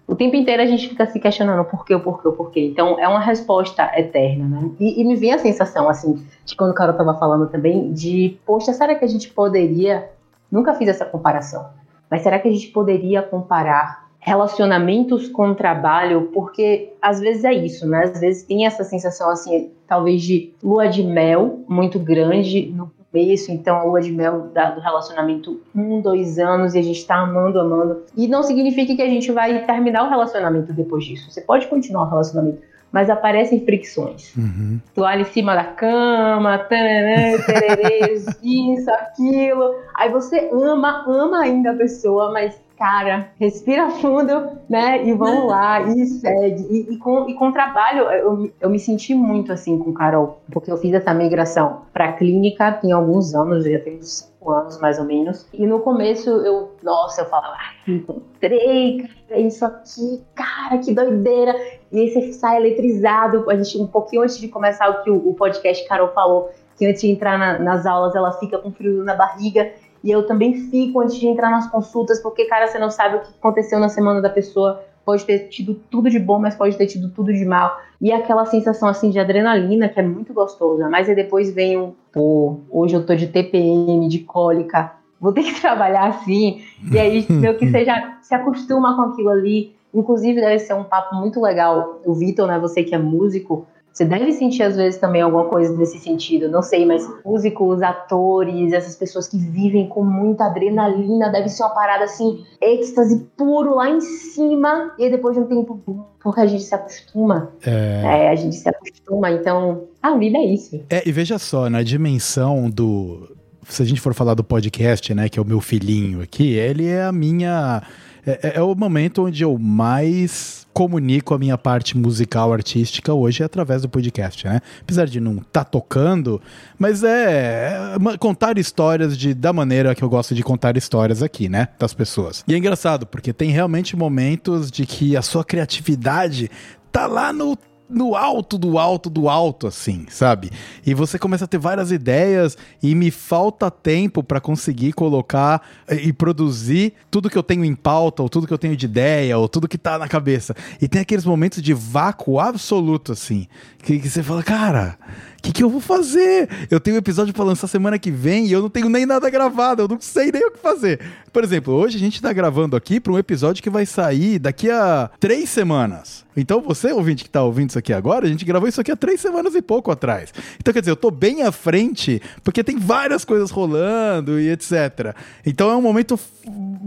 o tempo inteiro a gente fica se questionando por quê, o porquê, o porquê. Então, é uma resposta eterna, né? E, e me vem a sensação, assim, de quando o Carol estava falando também, de, poxa, será que a gente poderia... Nunca fiz essa comparação, mas será que a gente poderia comparar relacionamentos com trabalho? Porque, às vezes, é isso, né? Às vezes tem essa sensação, assim, talvez de lua de mel muito grande no começo, então a lua de mel da, do relacionamento um, dois anos e a gente tá amando, amando. E não significa que a gente vai terminar o relacionamento depois disso. Você pode continuar o relacionamento, mas aparecem fricções. Uhum. Toalha em cima da cama, tananã, tererê, isso, aquilo. Aí você ama, ama ainda a pessoa, mas, cara, respira fundo, né? E vamos lá, e segue. E, e, com, e com o trabalho, eu, eu me senti muito assim com Carol, porque eu fiz essa migração para a clínica tem alguns anos, já tem uns cinco anos mais ou menos. E no começo, eu, nossa, eu falava, ah, encontrei, cara, isso aqui, cara, que doideira. E aí você sai eletrizado. A gente, um pouquinho antes de começar o que o, o podcast Carol falou, que antes de entrar na, nas aulas, ela fica com frio na barriga. E eu também fico antes de entrar nas consultas, porque, cara, você não sabe o que aconteceu na semana da pessoa. Pode ter tido tudo de bom, mas pode ter tido tudo de mal. E aquela sensação, assim, de adrenalina, que é muito gostosa. Mas aí depois vem um, pô, hoje eu tô de T P M, de cólica, vou ter que trabalhar assim. E aí, meio que você já se acostuma com aquilo ali. Inclusive, deve ser um papo muito legal. O Vitor, né, você que é músico, você deve sentir, às vezes, também alguma coisa nesse sentido. Não sei, mas músicos, atores, essas pessoas que vivem com muita adrenalina, deve ser uma parada, assim, êxtase puro lá em cima. E aí, depois de um tempo, porque a gente se acostuma. É... é, a gente se acostuma. Então, a vida é isso. É, e veja só, na dimensão do... Se a gente for falar do podcast, né, que é o meu filhinho aqui, ele é a minha... É, é o momento onde eu mais comunico a minha parte musical, artística hoje é através do podcast, né? Apesar de não estar tá tocando, mas é, é contar histórias de, da maneira que eu gosto de contar histórias aqui, né? Das pessoas. E é engraçado, porque tem realmente momentos de que a sua criatividade tá lá no no alto, do alto, do alto, assim, sabe? E você começa a ter várias ideias e me falta tempo pra conseguir colocar e produzir tudo que eu tenho em pauta, ou tudo que eu tenho de ideia, ou tudo que tá na cabeça. E tem aqueles momentos de vácuo absoluto, assim, que, que você fala, cara, o que, que eu vou fazer? Eu tenho um episódio pra lançar semana que vem e eu não tenho nem nada gravado, eu não sei nem o que fazer. Por exemplo, hoje a gente tá gravando aqui pra um episódio que vai sair daqui a três semanas. Então você, ouvinte que tá ouvindo isso aqui agora, a gente gravou isso aqui há três semanas e pouco atrás. Então, quer dizer, eu tô bem à frente, porque tem várias coisas rolando e etcétera. Então é um momento f-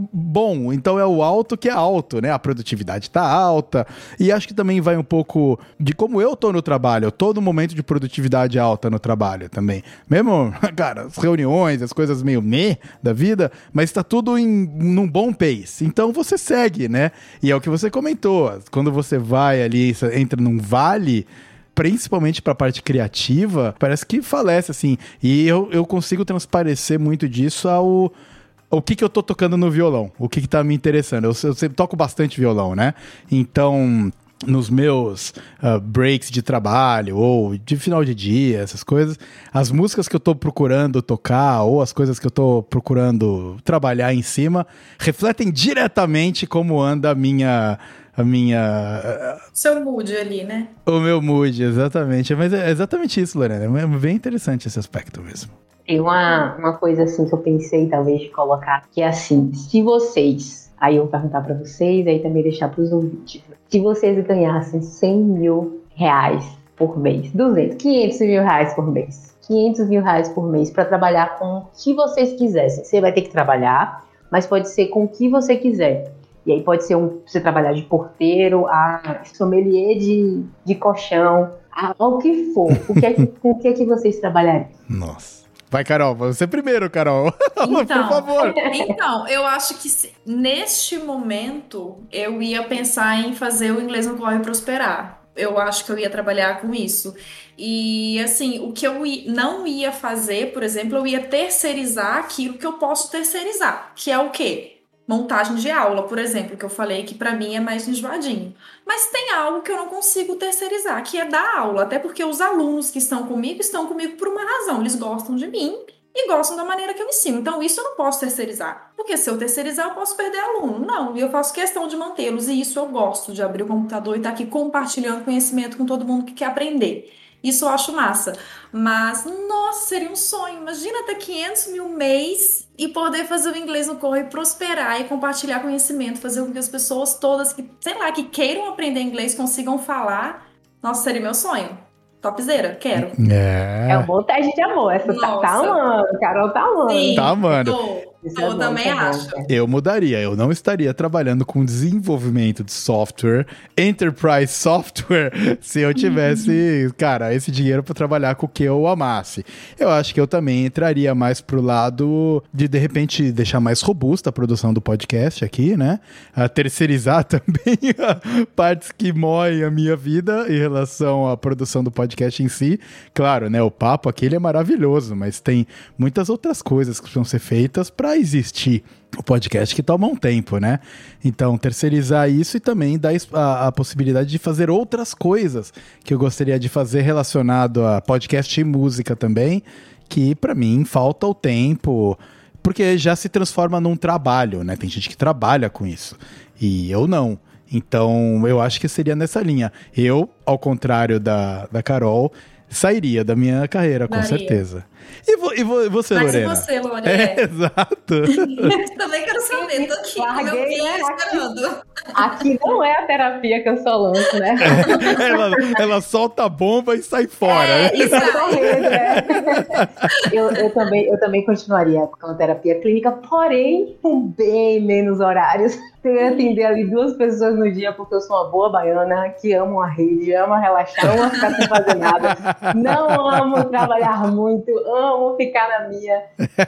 bom. Então é o alto que é alto, né? A produtividade tá alta. E acho que também vai um pouco de como eu tô no trabalho. Eu tô num momento de produtividade alta no trabalho também. Mesmo, cara, as reuniões, as coisas meio meh da vida, mas tá tudo em num bom pace. Então você segue, né? E é o que você comentou. Quando você vai vai ali, entra num vale, principalmente pra parte criativa, parece que falece, assim. E eu, eu consigo transparecer muito disso ao... O que que eu tô tocando no violão? O que que tá me interessando? Eu, eu sempre toco bastante violão, né? Então, nos meus uh, breaks de trabalho ou de final de dia, essas coisas, as músicas que eu tô procurando tocar ou as coisas que eu tô procurando trabalhar em cima refletem diretamente como anda a minha... A minha... Seu mood ali, né? O meu mood, exatamente. Mas é exatamente isso, Lorena. É bem interessante esse aspecto mesmo. Tem uma, uma coisa assim que eu pensei talvez de colocar, que é assim, se vocês, aí eu vou perguntar pra vocês, aí também deixar pros ouvintes, se vocês ganhassem cem mil reais por mês, duzentos, quinhentos mil reais por mês, quinhentos mil reais por mês pra trabalhar com o que vocês quisessem. Você vai ter que trabalhar, mas pode ser com o que você quiser. E aí pode ser um, você trabalhar de porteiro, a sommelier de, de colchão, a, ao que for. O que é que, com o que é que vocês trabalhariam? Nossa. Vai, Carol. Você primeiro, Carol. Então, por favor. Então, eu acho que se, neste momento eu ia pensar em fazer o Inglês Não Corre Prosperar. Eu acho que eu ia trabalhar com isso. E, assim, o que eu i- não ia fazer, por exemplo, eu ia terceirizar aquilo que eu posso terceirizar. Que é o quê? Montagem de aula, por exemplo, que eu falei que pra mim é mais enjoadinho. Mas tem algo que eu não consigo terceirizar, que é dar aula. Até porque os alunos que estão comigo, estão comigo por uma razão. Eles gostam de mim e gostam da maneira que eu ensino. Então, isso eu não posso terceirizar. Porque se eu terceirizar, eu posso perder aluno. Não, e eu faço questão de mantê-los. E isso eu gosto, de abrir o computador e estar aqui compartilhando conhecimento com todo mundo que quer aprender. Isso eu acho massa. Mas, nossa, seria um sonho. Imagina ter quinhentos mil mês e poder fazer o inglês no Corre, prosperar e compartilhar conhecimento, fazer com que as pessoas todas que, sei lá, que queiram aprender inglês consigam falar. Nossa, seria meu sonho. Topzera, quero. É. É um bom teste de amor. Essa tá, tá amando, Carol tá amando. Sim, tá amando. Tô. Isso Eu é bom, também isso é bom, acho. cara. Eu mudaria, eu não estaria trabalhando com desenvolvimento de software, enterprise software, se eu tivesse, cara, esse dinheiro para trabalhar com o que eu amasse. Eu acho que eu também entraria mais pro lado de, de repente, deixar mais robusta a produção do podcast aqui, né? A terceirizar também partes que moem a minha vida em relação à produção do podcast em si. Claro, né? O papo aqui ele é maravilhoso, mas tem muitas outras coisas que precisam ser feitas para existir o podcast que toma um tempo, né? Então, terceirizar isso e também dar a, a possibilidade de fazer outras coisas que eu gostaria de fazer relacionado a podcast e música também, que para mim falta o tempo, porque já se transforma num trabalho, né? Tem gente que trabalha com isso e eu não. Então, eu acho que seria nessa linha. Eu, ao contrário da, da Carol, sairia da minha carreira, com Daria. certeza. E, vo, e vo, você, Mas Lorena? Mas e você, Lorena? É, exato. Também quero saber, tô aqui com Larguei, meu filho né? esperando. Aqui não é a terapia que eu só lanço, né? ela, ela solta a bomba e sai fora. É, né? isso Tá aí. correndo, né? eu, eu, também, eu também continuaria com a terapia clínica, porém com bem menos horários. Eu ia atender ali duas pessoas no dia, porque eu sou uma boa baiana, que amo a rede, amo relaxar, amo ficar sem fazer nada. Não amo trabalhar muito, amo ficar na minha.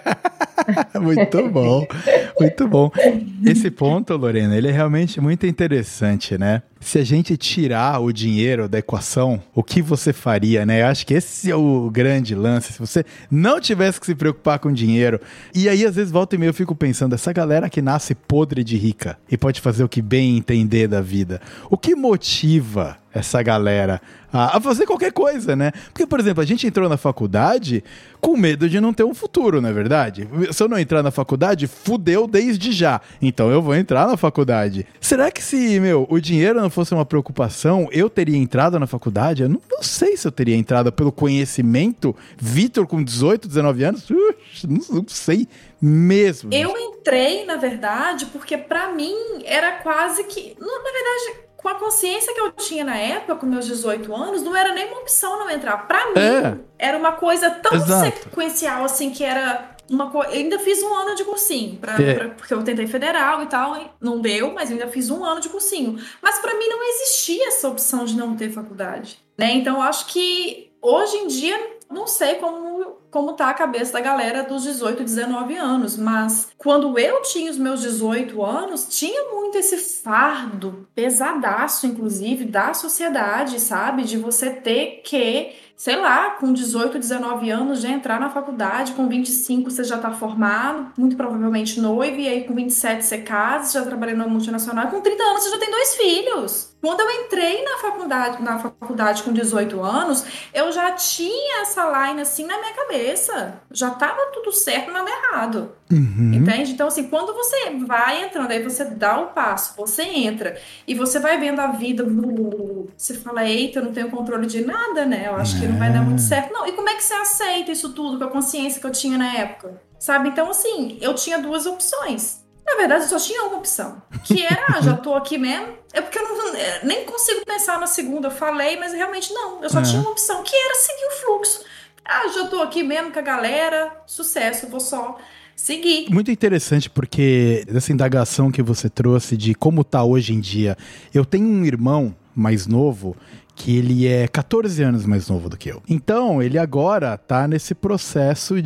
Muito bom, muito bom. Esse ponto, Lorena, ele é realmente muito interessante, né? Se a gente tirar o dinheiro da equação, o que você faria, né? Eu acho que esse é o grande lance. Se você não tivesse que se preocupar com dinheiro, e aí às vezes volta e meia eu fico pensando, essa galera que nasce podre de rica e pode fazer o que bem entender da vida, o que motiva essa galera a, a fazer qualquer coisa, né? Porque, por exemplo, a gente entrou na faculdade com medo de não ter um futuro, não é verdade? Se eu não entrar na faculdade, fudeu desde já. Então eu vou entrar na faculdade. Será que se, meu, o dinheiro não fosse uma preocupação, eu teria entrado na faculdade? Eu não, não sei se eu teria entrado pelo conhecimento. Vitor com dezoito, dezenove anos? Uh, não, não sei mesmo. Eu entrei, na verdade, porque pra mim era quase que... Na verdade... Com a consciência que eu tinha na época, com meus dezoito anos, não era nem uma opção não entrar. Pra mim, É. era uma coisa tão Exato. sequencial, assim, que era uma coisa... Eu ainda fiz um ano de cursinho, pra, É. pra- porque eu tentei federal e tal, e não deu, mas eu ainda fiz um ano de cursinho. Mas pra mim não existia essa opção de não ter faculdade, né? Então, eu acho que hoje em dia, não sei como, como tá a cabeça da galera dos dezoito, dezenove anos, mas quando eu tinha os meus dezoito anos, tinha muito esse fardo pesadaço, inclusive, da sociedade, sabe? De você ter que, sei lá, com dezoito, dezenove anos já entrar na faculdade, com vinte e cinco você já tá formado, muito provavelmente noivo, e aí com vinte e sete você casa, já trabalhando numa multinacional, e com trinta anos você já tem dois filhos. Quando eu entrei na faculdade, na faculdade com dezoito anos, eu já tinha essa line assim na minha cabeça. Já tava tudo certo, nada errado. Uhum. Entende? Então, assim, quando você vai entrando, aí você dá o passo, você entra e você vai vendo a vida, você fala, eita, eu não tenho controle de nada, né? Eu acho que não vai dar muito certo. Não, e como é que você aceita isso tudo com a consciência que eu tinha na época? Sabe? Então, assim, eu tinha duas opções. Na verdade, eu só tinha uma opção, que era, ah, já tô aqui mesmo. É porque eu não, nem consigo pensar na segunda, eu falei, mas realmente não. Eu só É. tinha uma opção, que era seguir o fluxo. Ah, já tô aqui mesmo com a galera, sucesso, vou só seguir. Muito interessante porque dessa indagação que você trouxe de como tá hoje em dia. Eu tenho um irmão mais novo que ele é catorze anos mais novo do que eu. Então, ele agora tá nesse processo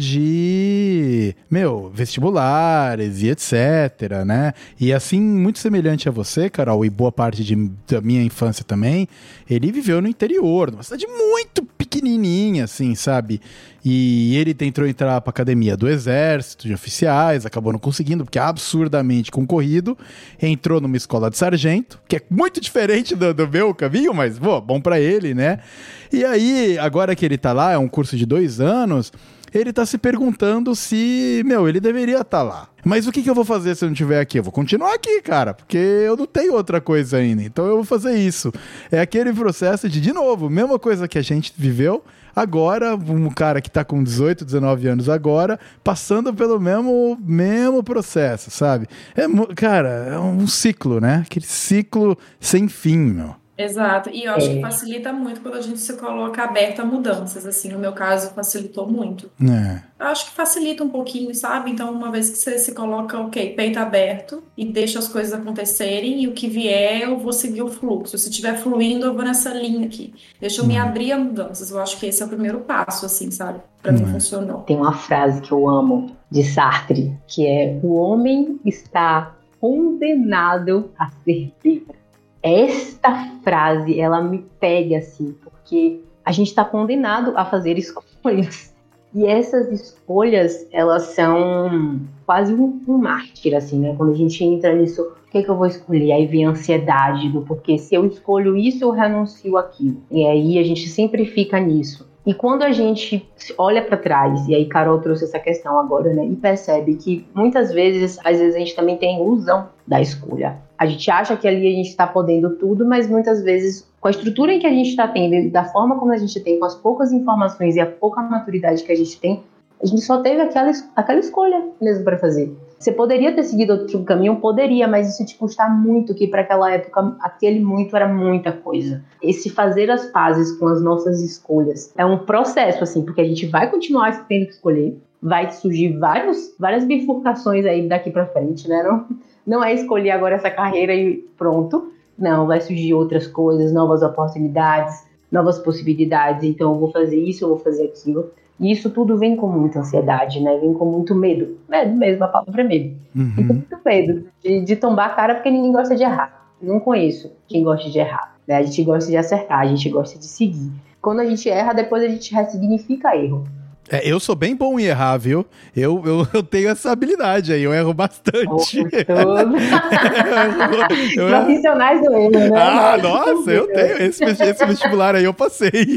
de, meu, vestibulares e etc, né? E assim, muito semelhante a você, Carol, e boa parte de, da minha infância também, ele viveu no interior, numa cidade muito pequenininha, assim, sabe? E ele tentou entrar pra academia do exército, de oficiais, acabou não conseguindo, porque é absurdamente concorrido. Entrou numa escola de sargento, que é muito diferente do, do meu caminho, mas, pô, bom pra ele, né? E aí, agora que ele tá lá, é um curso de dois anos, ele tá se perguntando se, meu, ele deveria estar lá. Mas o que, que eu vou fazer se eu não estiver aqui? Eu vou continuar aqui, cara, porque eu não tenho outra coisa ainda. Então eu vou fazer isso. É aquele processo de, de novo, mesma coisa que a gente viveu, agora, um cara que tá com dezoito, dezenove anos agora, passando pelo mesmo, mesmo processo, sabe? É, cara, é um ciclo, né? Aquele ciclo sem fim, meu. Exato, e eu acho É. que facilita muito quando a gente se coloca aberto a mudanças, assim, no meu caso facilitou muito. É. Eu acho que facilita um pouquinho, sabe? Então, uma vez que você se coloca, ok, peito aberto e deixa as coisas acontecerem e o que vier, eu vou seguir o fluxo. Se estiver fluindo, eu vou nessa linha aqui. Deixa eu me abrir a mudanças. Eu acho que esse é o primeiro passo, assim, sabe? Pra mim funcionou. Tem uma frase que eu amo de Sartre, que é: o homem está condenado a ser livre. Esta frase, ela me pega assim, porque a gente está condenado a fazer escolhas. E essas escolhas, elas são quase um, um mártir, assim, né? Quando a gente entra nisso, o que, é que eu vou escolher? Aí vem a ansiedade do porque se eu escolho isso, eu renuncio aquilo. E aí a gente sempre fica nisso. E quando a gente olha para trás, e aí Carol trouxe essa questão agora, né? E percebe que muitas vezes, às vezes a gente também tem ilusão da escolha. A gente acha que ali a gente está podendo tudo, mas muitas vezes, com a estrutura em que a gente está tendo, e da forma como a gente tem, com as poucas informações e a pouca maturidade que a gente tem, a gente só teve aquela, aquela escolha mesmo para fazer. Você poderia ter seguido outro caminho? Poderia, mas isso te custa muito, que para aquela época, aquele muito era muita coisa. Esse fazer as pazes com as nossas escolhas é um processo, assim, porque a gente vai continuar tendo que escolher, vai surgir vários, várias bifurcações aí daqui para frente, né? Não, não é escolher agora essa carreira e pronto. Não, vai surgir outras coisas, novas oportunidades, novas possibilidades. Então, eu vou fazer isso, eu vou fazer aquilo. E isso tudo vem com muita ansiedade, né? Vem com muito medo. Medo mesmo, a palavra é medo. Uhum. Fica muito medo de, de tombar a cara, porque ninguém gosta de errar. Não conheço quem gosta de errar, né? A gente gosta de acertar, a gente gosta de seguir. Quando a gente erra, depois a gente ressignifica erro. É, eu sou bem bom em errar, viu? Eu, eu, eu tenho essa habilidade aí, eu erro bastante. eu erro... Profissionais do erro, né? Ah, nossa, eu tenho. Esse, esse vestibular aí eu passei.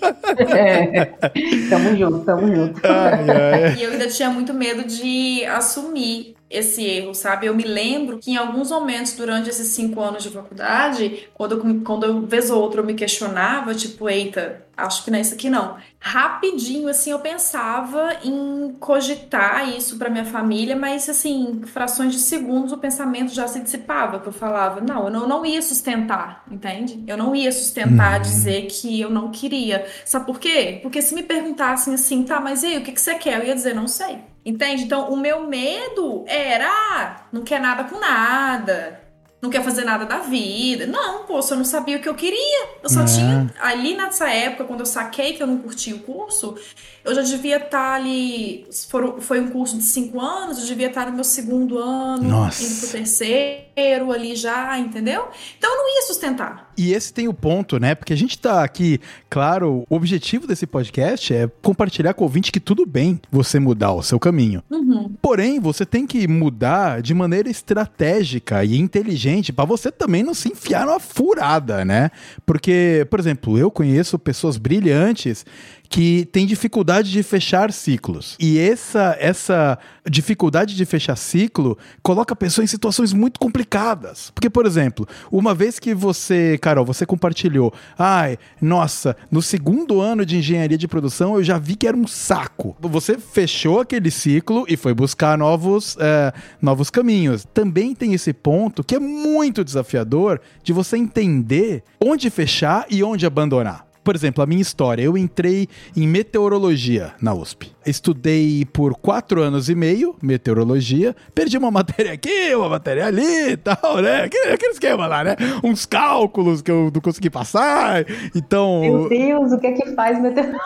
É. Tamo junto, tamo junto. Ai, ai. E eu ainda tinha muito medo de assumir esse erro, sabe? Eu me lembro que em alguns momentos durante esses cinco anos de faculdade, quando eu, quando eu vez ou outra eu me questionava, tipo, eita, acho que não é isso aqui não. Rapidinho, assim, eu pensava em cogitar isso pra minha família, mas, assim, frações de segundos o pensamento já se dissipava, que eu falava, não, eu não, não ia sustentar, entende? Eu não ia sustentar, Uhum. dizer que eu não queria. Sabe por quê? Porque se me perguntassem assim, tá, mas e aí, o que, que você quer? Eu ia dizer, não sei. Entende? Então, o meu medo era, ah, não quer nada com nada, não quer fazer nada da vida. Não, pô, eu não sabia o que eu queria. Eu só É. tinha, ali nessa época, quando eu saquei que eu não curtia o curso, eu já devia estar ali, for, foi um curso de cinco anos, eu devia estar no meu segundo ano, Nossa. indo pro terceiro ali já, entendeu? Então, eu não ia sustentar. E esse tem o ponto, né? Porque a gente tá aqui, claro, o objetivo desse podcast é compartilhar com o ouvinte que tudo bem você mudar o seu caminho. Uhum. Porém, você tem que mudar de maneira estratégica e inteligente pra você também não se enfiar numa furada, né? Porque, por exemplo, eu conheço pessoas brilhantes que têm dificuldade de fechar ciclos. E essa, essa dificuldade de fechar ciclo coloca a pessoa em situações muito complicadas. Porque, por exemplo, uma vez que você, Carol, você compartilhou, ai, nossa, no segundo ano de engenharia de produção eu já vi que era um saco. Você fechou aquele ciclo e foi buscar novos, é, novos caminhos. Também tem esse ponto que é muito desafiador de você entender onde fechar e onde abandonar. Por exemplo, a minha história, eu entrei em meteorologia na U S P. Estudei por quatro anos e meio meteorologia, perdi uma matéria aqui, uma matéria ali e tal, né? Aquele, aquele esquema lá, né? Uns cálculos que eu não consegui passar, então... Meu Deus, o que é que faz meteorologia?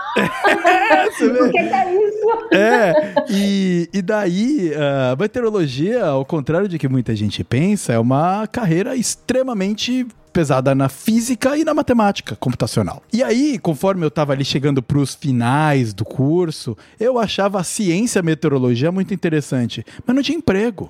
É, você vê? O que é, que é isso? É, e, e daí, a meteorologia, ao contrário de que muita gente pensa, é uma carreira extremamente pesada na física e na matemática computacional. E aí, conforme eu estava ali chegando para os finais do curso, eu achava a ciência meteorologia muito interessante, mas não tinha emprego.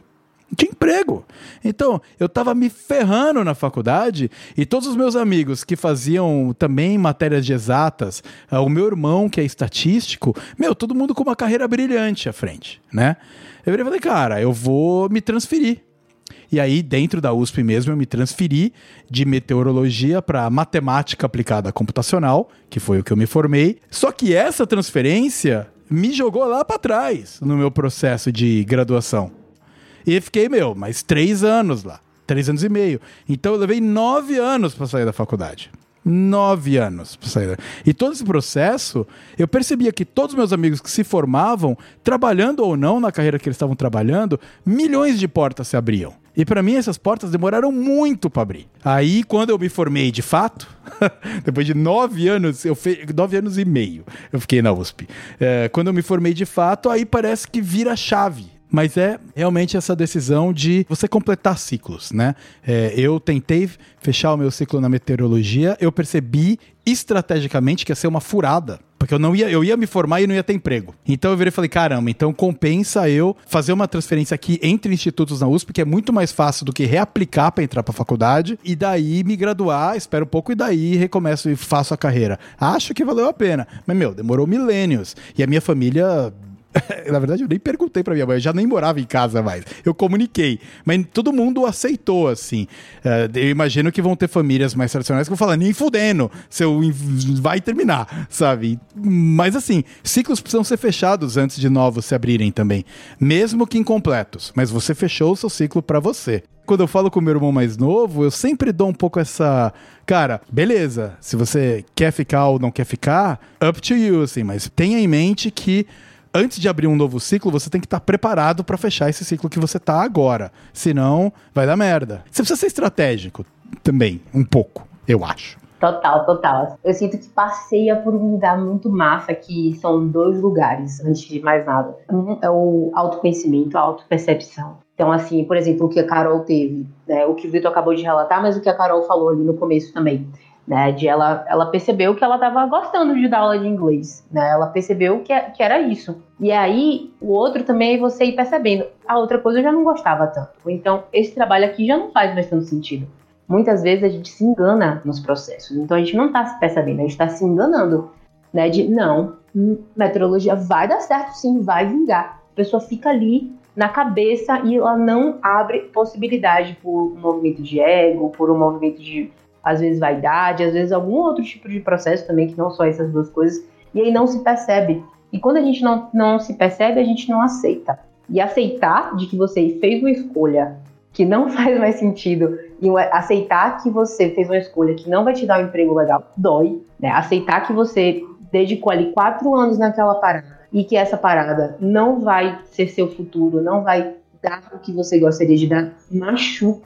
Não tinha emprego. Então, eu tava me ferrando na faculdade e todos os meus amigos que faziam também matérias de exatas, uh, o meu irmão, que é estatístico, meu, todo mundo com uma carreira brilhante à frente, né? Eu falei, cara, eu vou me transferir. E aí, dentro da U S P mesmo, eu me transferi de meteorologia para matemática aplicada computacional, que foi o que eu me formei. Só que essa transferência me jogou lá para trás no meu processo de graduação. E fiquei, meu, mais três anos lá. Três anos e meio. Então eu levei nove anos para sair da faculdade. Nove anos para sair da... E todo esse processo, eu percebia que todos os meus amigos que se formavam, trabalhando ou não na carreira que eles estavam trabalhando, milhões de portas se abriam. E para mim essas portas demoraram muito para abrir. Aí quando eu me formei de fato, depois de nove anos, eu fe... nove anos e meio, eu fiquei na U S P. É, quando eu me formei de fato, aí parece que vira a chave. Mas é realmente essa decisão de você completar ciclos, né? É, eu tentei fechar o meu ciclo na meteorologia, eu percebi estrategicamente que ia ser uma furada, porque eu não ia, eu ia me formar e não ia ter emprego. Então eu virei e falei, caramba, então compensa eu fazer uma transferência aqui entre institutos na U S P, que é muito mais fácil do que reaplicar para entrar para a faculdade, e daí me graduar, espero um pouco, e daí recomeço e faço a carreira. Acho que valeu a pena. Mas, meu, demorou milênios. E a minha família... Na verdade, eu nem perguntei pra minha mãe, eu já nem morava em casa mais. Eu comuniquei, mas todo mundo aceitou, assim. Uh, eu imagino que vão ter famílias mais tradicionais que vão falar, nem fudendo, seu vai terminar, sabe? Mas assim, ciclos precisam ser fechados antes de novos se abrirem também, mesmo que incompletos. Mas você fechou o seu ciclo pra você. Quando eu falo com o meu irmão mais novo, eu sempre dou um pouco essa... Cara, beleza, se você quer ficar ou não quer ficar, up to you, assim, mas tenha em mente que antes de abrir um novo ciclo, você tem que estar preparado para fechar esse ciclo que você está agora. Senão, vai dar merda. Você precisa ser estratégico também, um pouco, eu acho. Total, total. Eu sinto que passeia por um lugar muito massa, que são dois lugares, antes de mais nada. Um é o autoconhecimento, a autopercepção. Então, assim, por exemplo, o que a Carol teve, né, o que o Vitor acabou de relatar, mas o que a Carol falou ali no começo também. Né, de ela, ela percebeu que ela estava gostando de dar aula de inglês, né, ela percebeu que, que era isso. E aí, o outro também é você ir percebendo, a outra coisa eu já não gostava tanto, então esse trabalho aqui já não faz mais tanto sentido. Muitas vezes a gente se engana nos processos, então a gente não está se percebendo, a gente está se enganando, né, de não, meteorologia vai dar certo sim, vai vingar. A pessoa fica ali na cabeça e ela não abre possibilidade por um movimento de ego, por um movimento de... às vezes vaidade, às vezes algum outro tipo de processo também, que não só essas duas coisas, e aí não se percebe. E quando a gente não, não se percebe, a gente não aceita. E aceitar de que você fez uma escolha que não faz mais sentido, e aceitar que você fez uma escolha que não vai te dar um emprego legal, dói, né? Aceitar que você dedicou ali quatro anos naquela parada, e que essa parada não vai ser seu futuro, não vai dar o que você gostaria de dar, machuca.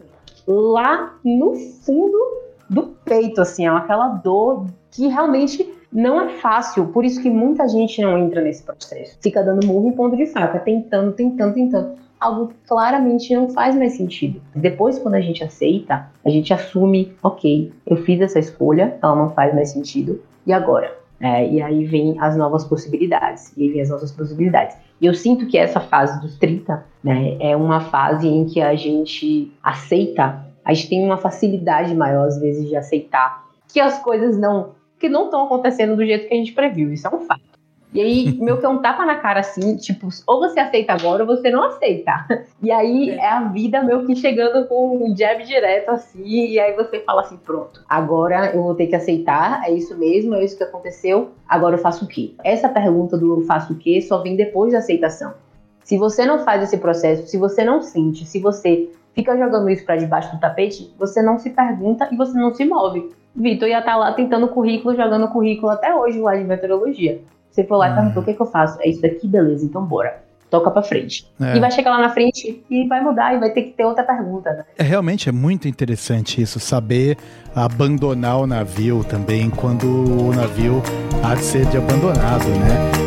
Lá no fundo do peito, assim, é aquela dor que realmente não é fácil, por isso que muita gente não entra nesse processo, fica dando murro em ponto de faca, tentando, tentando, tentando, algo que claramente não faz mais sentido. Depois, quando a gente aceita, a gente assume, ok, eu fiz essa escolha, ela não faz mais sentido, e agora? É, e aí vem as novas possibilidades, e aí vem as novas possibilidades. E eu sinto que essa fase dos trinta, né, é uma fase em que a gente aceita. A gente tem uma facilidade maior, às vezes, de aceitar que as coisas não que não estão acontecendo do jeito que a gente previu. Isso é um fato. E aí, meio que é um tapa na cara, assim, tipo, ou você aceita agora ou você não aceita. E aí, é a vida meio que chegando com um jab direto, assim, e aí você fala assim, pronto, agora eu vou ter que aceitar, é isso mesmo, é isso que aconteceu, agora eu faço o quê? Essa pergunta do eu faço o quê só vem depois da aceitação. Se você não faz esse processo, se você não sente, se você fica jogando isso pra debaixo do tapete, você não se pergunta e você não se move. Vitor ia estar lá tentando currículo, jogando currículo até hoje lá de meteorologia. Você for lá e perguntou, o que, é que eu faço? É isso daqui, beleza, então bora. Toca pra frente. É. E vai chegar lá na frente e vai mudar e vai ter que ter outra pergunta, né? É, realmente é muito interessante isso, saber abandonar o navio também, quando o navio há de ser de abandonado, né?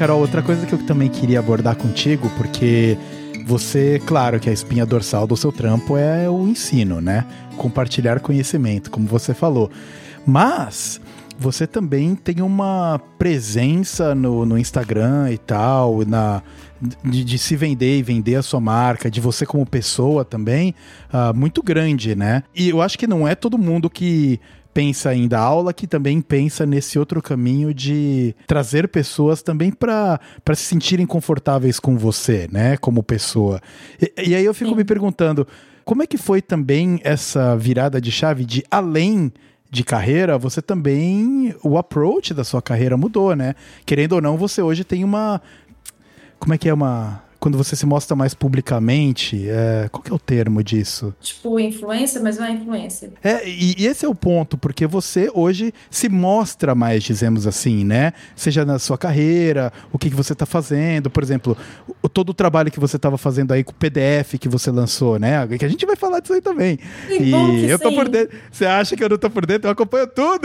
Carol, outra coisa que eu também queria abordar contigo, porque você, claro que a espinha dorsal do seu trampo é o ensino, né? Compartilhar conhecimento, como você falou. Mas você também tem uma presença no, no Instagram e tal, na, de, de se vender e vender a sua marca, de você como pessoa também, uh, muito grande, né? E eu acho que não é todo mundo que pensa em dar aula, que também pensa nesse outro caminho de trazer pessoas também para para se sentirem confortáveis com você, né, como pessoa. E, e aí eu fico Sim. me perguntando, como é que foi também essa virada de chave de além de carreira, você também, o approach da sua carreira mudou, né? Querendo ou não, você hoje tem uma, como é que é uma... Quando você se mostra mais publicamente, é, qual que é o termo disso? Tipo, influência, mas não é influência. É, e, e esse é o ponto, porque você hoje se mostra mais, dizemos assim, né? Seja na sua carreira, o que, que você está fazendo, por exemplo, o, todo o trabalho que você estava fazendo aí com o P D F que você lançou, né? Que a gente vai falar disso aí também. Que e bom que eu tô sim. por dentro. Você acha que eu não tô por dentro? Eu acompanho tudo!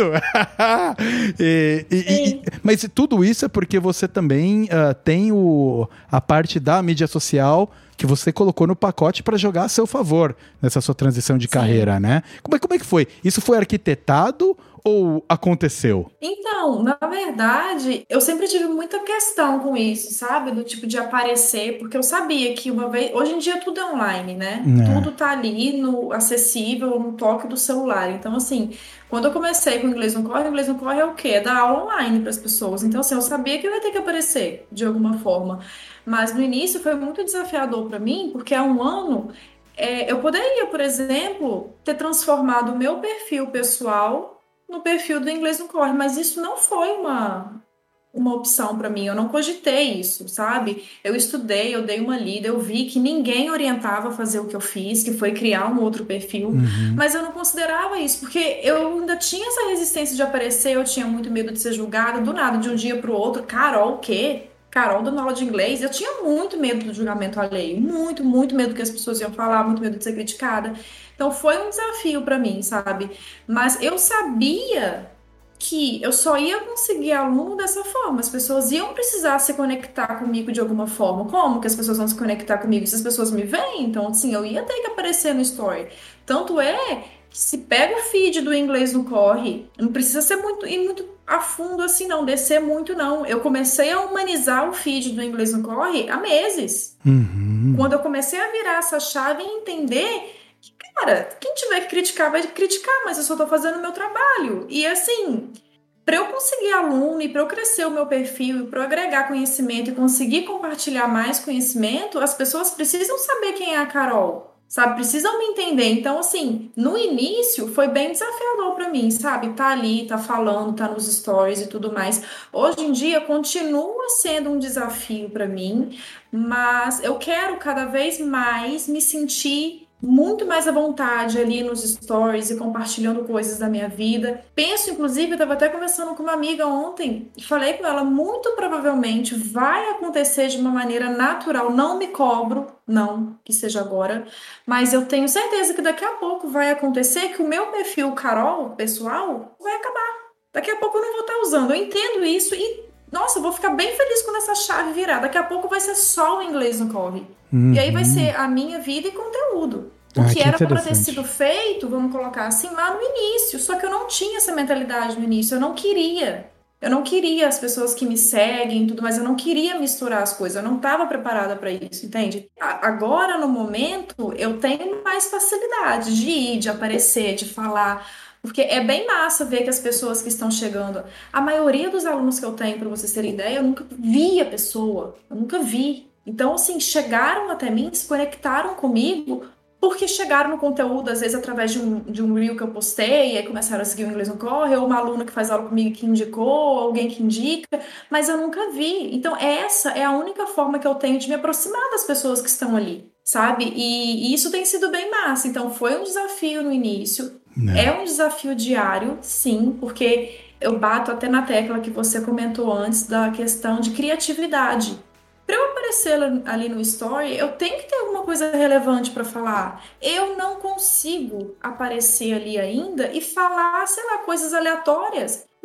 e, e, e, mas tudo isso é porque você também uh, tem o, a parte da mídia social que você colocou no pacote para jogar a seu favor nessa sua transição de Sim. carreira, né? Como é, como é que foi? Isso foi arquitetado ou aconteceu? Então, na verdade, eu sempre tive muita questão com isso, sabe? Do tipo de aparecer, porque eu sabia que uma vez... Hoje em dia tudo é online, né? É. Tudo tá ali, no, acessível, no toque do celular. Então, assim, quando eu comecei com o Inglês Não Corre, o Inglês Não Corre é o quê? É dar aula online para as pessoas. Então, assim, eu sabia que eu ia ter que aparecer de alguma forma. Mas no início foi muito desafiador para mim, porque há um ano é, eu poderia, por exemplo, ter transformado o meu perfil pessoal no perfil do Inglês Não Corre, mas isso não foi uma, uma opção para mim, eu não cogitei isso, sabe? Eu estudei, eu dei uma lida, eu vi que ninguém orientava a fazer o que eu fiz, que foi criar um outro perfil, uhum. mas eu não considerava isso, porque eu ainda tinha essa resistência de aparecer, eu tinha muito medo de ser julgada, do nada, de um dia para o outro, Carol, o quê? Carol dando aula de inglês, eu tinha muito medo do julgamento alheio, muito, muito medo do que as pessoas iam falar, muito medo de ser criticada. Então foi um desafio para mim, sabe? Mas eu sabia que eu só ia conseguir aluno dessa forma, as pessoas iam precisar se conectar comigo de alguma forma. Como que as pessoas vão se conectar comigo? Se as pessoas me veem, então assim, eu ia ter que aparecer no story. Tanto é que se pega o feed do Inglês Não Corre, não precisa ser muito, ir muito a fundo assim não, descer muito não. Eu comecei a humanizar o feed do Inglês Não Corre há meses. Uhum. Quando eu comecei a virar essa chave e entender que, cara, quem tiver que criticar vai criticar, mas eu só tô fazendo o meu trabalho. E assim, para eu conseguir aluno e para eu crescer o meu perfil e para eu agregar conhecimento e conseguir compartilhar mais conhecimento, as pessoas precisam saber quem é a Carol. Sabe, precisam me entender. Então, assim, no início foi bem desafiador para mim, sabe? Tá ali, tá falando, tá nos stories e tudo mais. Hoje em dia continua sendo um desafio para mim, mas eu quero cada vez mais me sentir muito mais à vontade ali nos stories e compartilhando coisas da minha vida. Penso, inclusive, eu estava até conversando com uma amiga ontem e falei com ela, muito provavelmente vai acontecer de uma maneira natural, não me cobro, não que seja agora, mas eu tenho certeza que daqui a pouco vai acontecer que o meu perfil Carol, pessoal, vai acabar. Daqui a pouco eu não vou estar usando, eu entendo isso e nossa, eu vou ficar bem feliz quando essa chave virar. Daqui a pouco vai ser só o Inglês Não Corre. Uhum. E aí vai ser a minha vida e conteúdo. O ah, que, que era para ter sido feito, vamos colocar assim, lá no início. Só que eu não tinha essa mentalidade no início. Eu não queria. Eu não queria as pessoas que me seguem e tudo, mas eu não queria misturar as coisas. Eu não estava preparada para isso, entende? Agora, no momento, eu tenho mais facilidade de ir, de aparecer, de falar. Porque é bem massa ver que as pessoas que estão chegando... A maioria dos alunos que eu tenho, para vocês terem ideia, eu nunca vi a pessoa. Eu nunca vi. Então, assim, chegaram até mim, se conectaram comigo, porque chegaram no conteúdo, às vezes, através de um, de um reel que eu postei, e aí começaram a seguir o Inglês Não Corre, ou uma aluna que faz aula comigo que indicou, ou alguém que indica, mas eu nunca vi. Então, essa é a única forma que eu tenho de me aproximar das pessoas que estão ali, sabe? E, e isso tem sido bem massa. Então, foi um desafio no início. Não. É um desafio diário, sim, porque eu bato até na tecla que você comentou antes da questão de criatividade. Para eu aparecer ali no story, eu tenho que ter alguma coisa relevante para falar. Eu não consigo aparecer ali ainda e falar, sei lá, coisas aleatórias.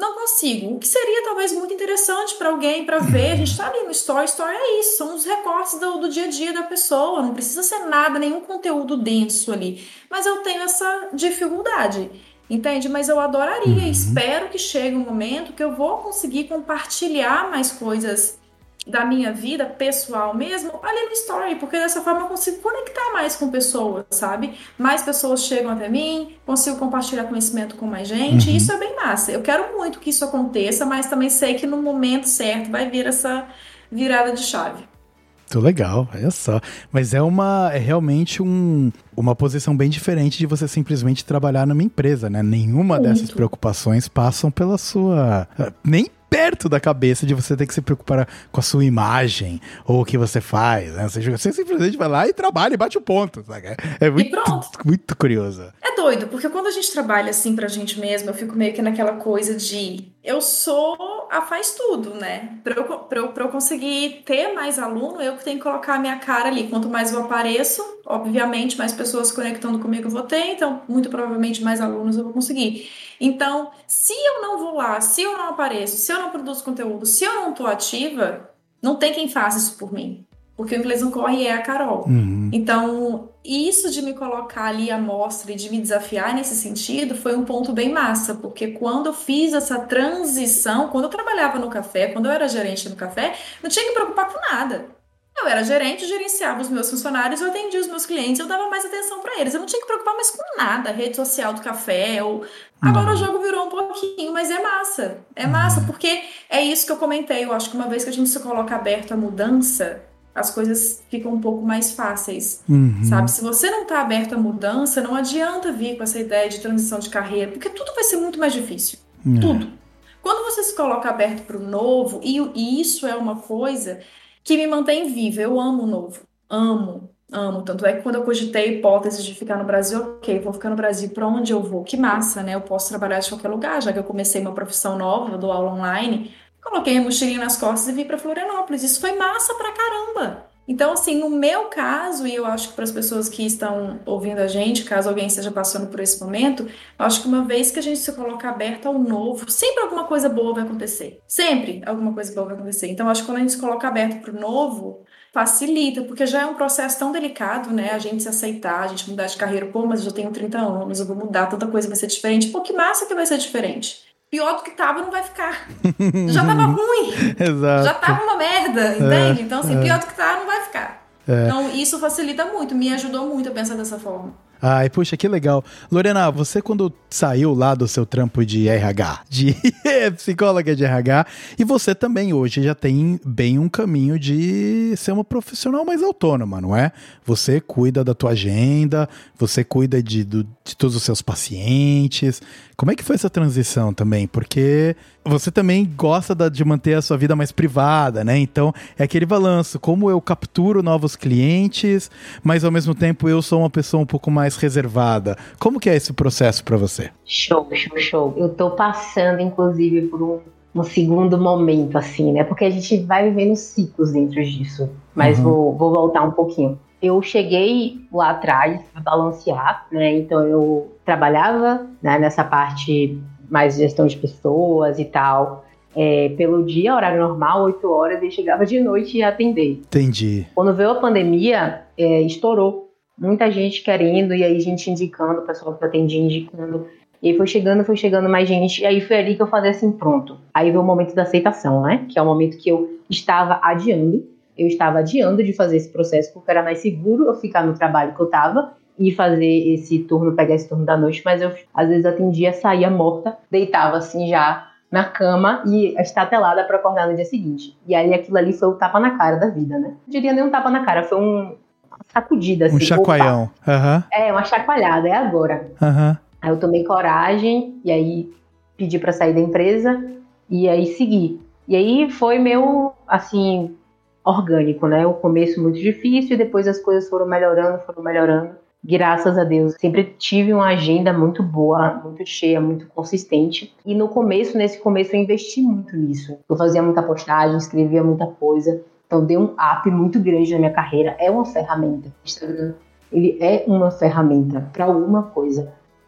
Não consigo. O que seria talvez muito interessante para alguém, para ver, a gente tá ali no Story, Story é isso, são os recortes do, do dia a dia da pessoa, não precisa ser nada, nenhum conteúdo denso ali. Mas eu tenho essa dificuldade, entende? Mas eu adoraria, Uhum. espero que chegue um momento que eu vou conseguir compartilhar mais coisas da minha vida pessoal mesmo ali no Story, porque dessa forma eu consigo conectar mais com pessoas, sabe? Mais pessoas chegam até mim, consigo compartilhar conhecimento com mais gente, Uhum. e isso é bem massa. Eu quero muito que isso aconteça, mas também sei que no momento certo vai vir essa virada de chave. Muito legal, olha só. Mas é uma, é realmente um, uma posição bem diferente de você simplesmente trabalhar numa empresa, né? Nenhuma Muito. dessas preocupações passam pela sua... Nem perto da cabeça de você ter que se preocupar com a sua imagem ou o que você faz, né? Você, você simplesmente vai lá e trabalha e bate o ponto, sabe? É muito, E pronto. muito curioso. É doido, porque quando a gente trabalha assim pra gente mesmo, eu fico meio que naquela coisa de eu sou a faz tudo, né? Pra eu, pra eu, pra eu conseguir ter mais aluno, eu que tenho que colocar a minha cara ali. Quanto mais eu apareço, obviamente, mais pessoas se conectando comigo eu vou ter, então muito provavelmente mais alunos eu vou conseguir. Então, se eu não vou lá, se eu não apareço, se eu não produzo conteúdo, se eu não tô ativa, não tem quem faça isso por mim. Porque o Inglês Não Corre é a Carol. Uhum. Então, isso de me colocar ali à mostra e de me desafiar nesse sentido foi um ponto bem massa, porque quando eu fiz essa transição, quando eu trabalhava no café, quando eu era gerente no café, não tinha que me preocupar com nada. Eu era gerente, gerenciava os meus funcionários, eu atendia os meus clientes, eu dava mais atenção para eles. Eu não tinha que me preocupar mais com nada, rede social do café, ou... Agora Uhum. o jogo virou um pouquinho, mas é massa. É massa, Uhum. porque é isso que eu comentei. Eu acho que uma vez que a gente se coloca aberto à mudança, as coisas ficam um pouco mais fáceis, Uhum. sabe? Se você não tá aberto à mudança, não adianta vir com essa ideia de transição de carreira, porque tudo vai ser muito mais difícil. É. Tudo. Quando você se coloca aberto para o novo, e, e isso é uma coisa que me mantém viva. Eu amo o novo. Amo, amo. Tanto é que quando eu cogitei a hipótese de ficar no Brasil, ok, vou ficar no Brasil, para onde eu vou? Que massa, né? Eu posso trabalhar de qualquer lugar, já que eu comecei uma profissão nova, eu dou aula online. Coloquei a mochilinha nas costas e vim para Florianópolis. Isso foi massa pra caramba. Então, assim, no meu caso, e eu acho que para as pessoas que estão ouvindo a gente, caso alguém esteja passando por esse momento, eu acho que uma vez que a gente se coloca aberto ao novo, sempre alguma coisa boa vai acontecer. Sempre alguma coisa boa vai acontecer. Então, eu acho que quando a gente se coloca aberto para o novo, facilita, porque já é um processo tão delicado, né? A gente se aceitar, a gente mudar de carreira. Pô, mas eu já tenho trinta anos, eu vou mudar, tanta coisa vai ser diferente. Pô, que massa que vai ser diferente. Pior do que tava, não vai ficar. Já tava ruim. Exato. Já tava uma merda, entende? É, então, assim, é. pior do que tá, não vai ficar. É. Então, isso facilita muito, me ajudou muito a pensar dessa forma. Ai, puxa, que legal. Lorena, você quando saiu lá do seu trampo de R H, de psicóloga de R H, e você também hoje já tem bem um caminho de ser uma profissional mais autônoma, não é? Você cuida da tua agenda, você cuida de, do, de todos os seus pacientes. Como é que foi essa transição também? Porque você também gosta da, de manter a sua vida mais privada, né? Então, é aquele balanço, como eu capturo novos clientes, mas ao mesmo tempo eu sou uma pessoa um pouco mais reservada. Como que é esse processo para você? Show, show, show. Eu tô passando, inclusive, por um, um segundo momento, assim, né? Porque a gente vai vivendo ciclos dentro disso. Mas Uhum. vou, vou voltar um pouquinho. Eu cheguei lá atrás a balancear, né? Então eu trabalhava, né, nessa parte mais gestão de pessoas e tal. É, pelo dia, horário normal, oito horas, e chegava de noite e ia atender. Entendi. Quando veio a pandemia, é, estourou. Muita gente querendo, e aí gente indicando, o pessoal que atendia indicando. E aí foi chegando, foi chegando mais gente, e aí foi ali que eu falei assim, pronto. Aí veio o momento da aceitação, né? Que é o momento que eu estava adiando. Eu estava adiando de fazer esse processo, porque era mais seguro eu ficar no trabalho que eu estava e fazer esse turno, pegar esse turno da noite, mas eu, às vezes, atendia, saía morta, deitava assim já na cama e estatelada para acordar no dia seguinte. E aí aquilo ali foi o tapa na cara da vida, né? Não diria nem um tapa na cara, foi um, uma sacudida, assim. Um chacoalhão. Uhum. É, uma chacoalhada, é agora. Uhum. Aí eu tomei coragem e aí pedi para sair da empresa e aí segui. E aí foi meu, assim, orgânico, né? O começo muito difícil e depois as coisas foram melhorando, foram melhorando. Graças a Deus. Sempre tive uma agenda muito boa, muito cheia, muito consistente. E no começo, nesse começo, eu investi muito nisso. Eu fazia muita postagem, escrevia muita coisa. Então deu um up muito grande na minha carreira. É uma ferramenta. O Instagram, ele é uma ferramenta para alguma coisa.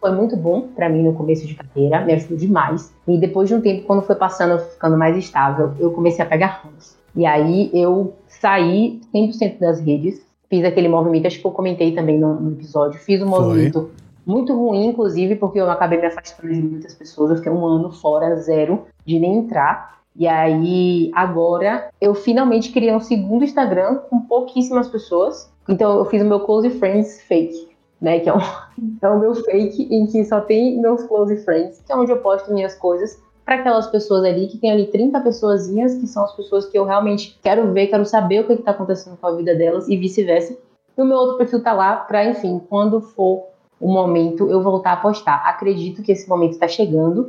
foi muito bom pra mim no começo de carreira, me ajudou demais. E depois de um tempo, quando foi passando, ficando mais estável, eu comecei a pegar ranço. E aí eu saí cem por cento das redes, fiz aquele movimento, acho que eu comentei também no, no episódio, fiz um movimento foi. muito ruim, inclusive, porque eu acabei me afastando de muitas pessoas, eu fiquei um ano fora, zero, de nem entrar. E aí, agora, eu finalmente criei um segundo Instagram com pouquíssimas pessoas. Então, eu fiz o meu Close Friends fake, né? Que é, um, é o meu fake em que só tem meus Close Friends, que é onde eu posto minhas coisas para aquelas pessoas ali, que tem ali trinta pessoazinhas, que são as pessoas que eu realmente quero ver, quero saber o que está acontecendo com a vida delas e vice-versa. E o meu outro perfil tá lá para, enfim, quando for o momento, eu voltar a postar. Acredito que esse momento está chegando,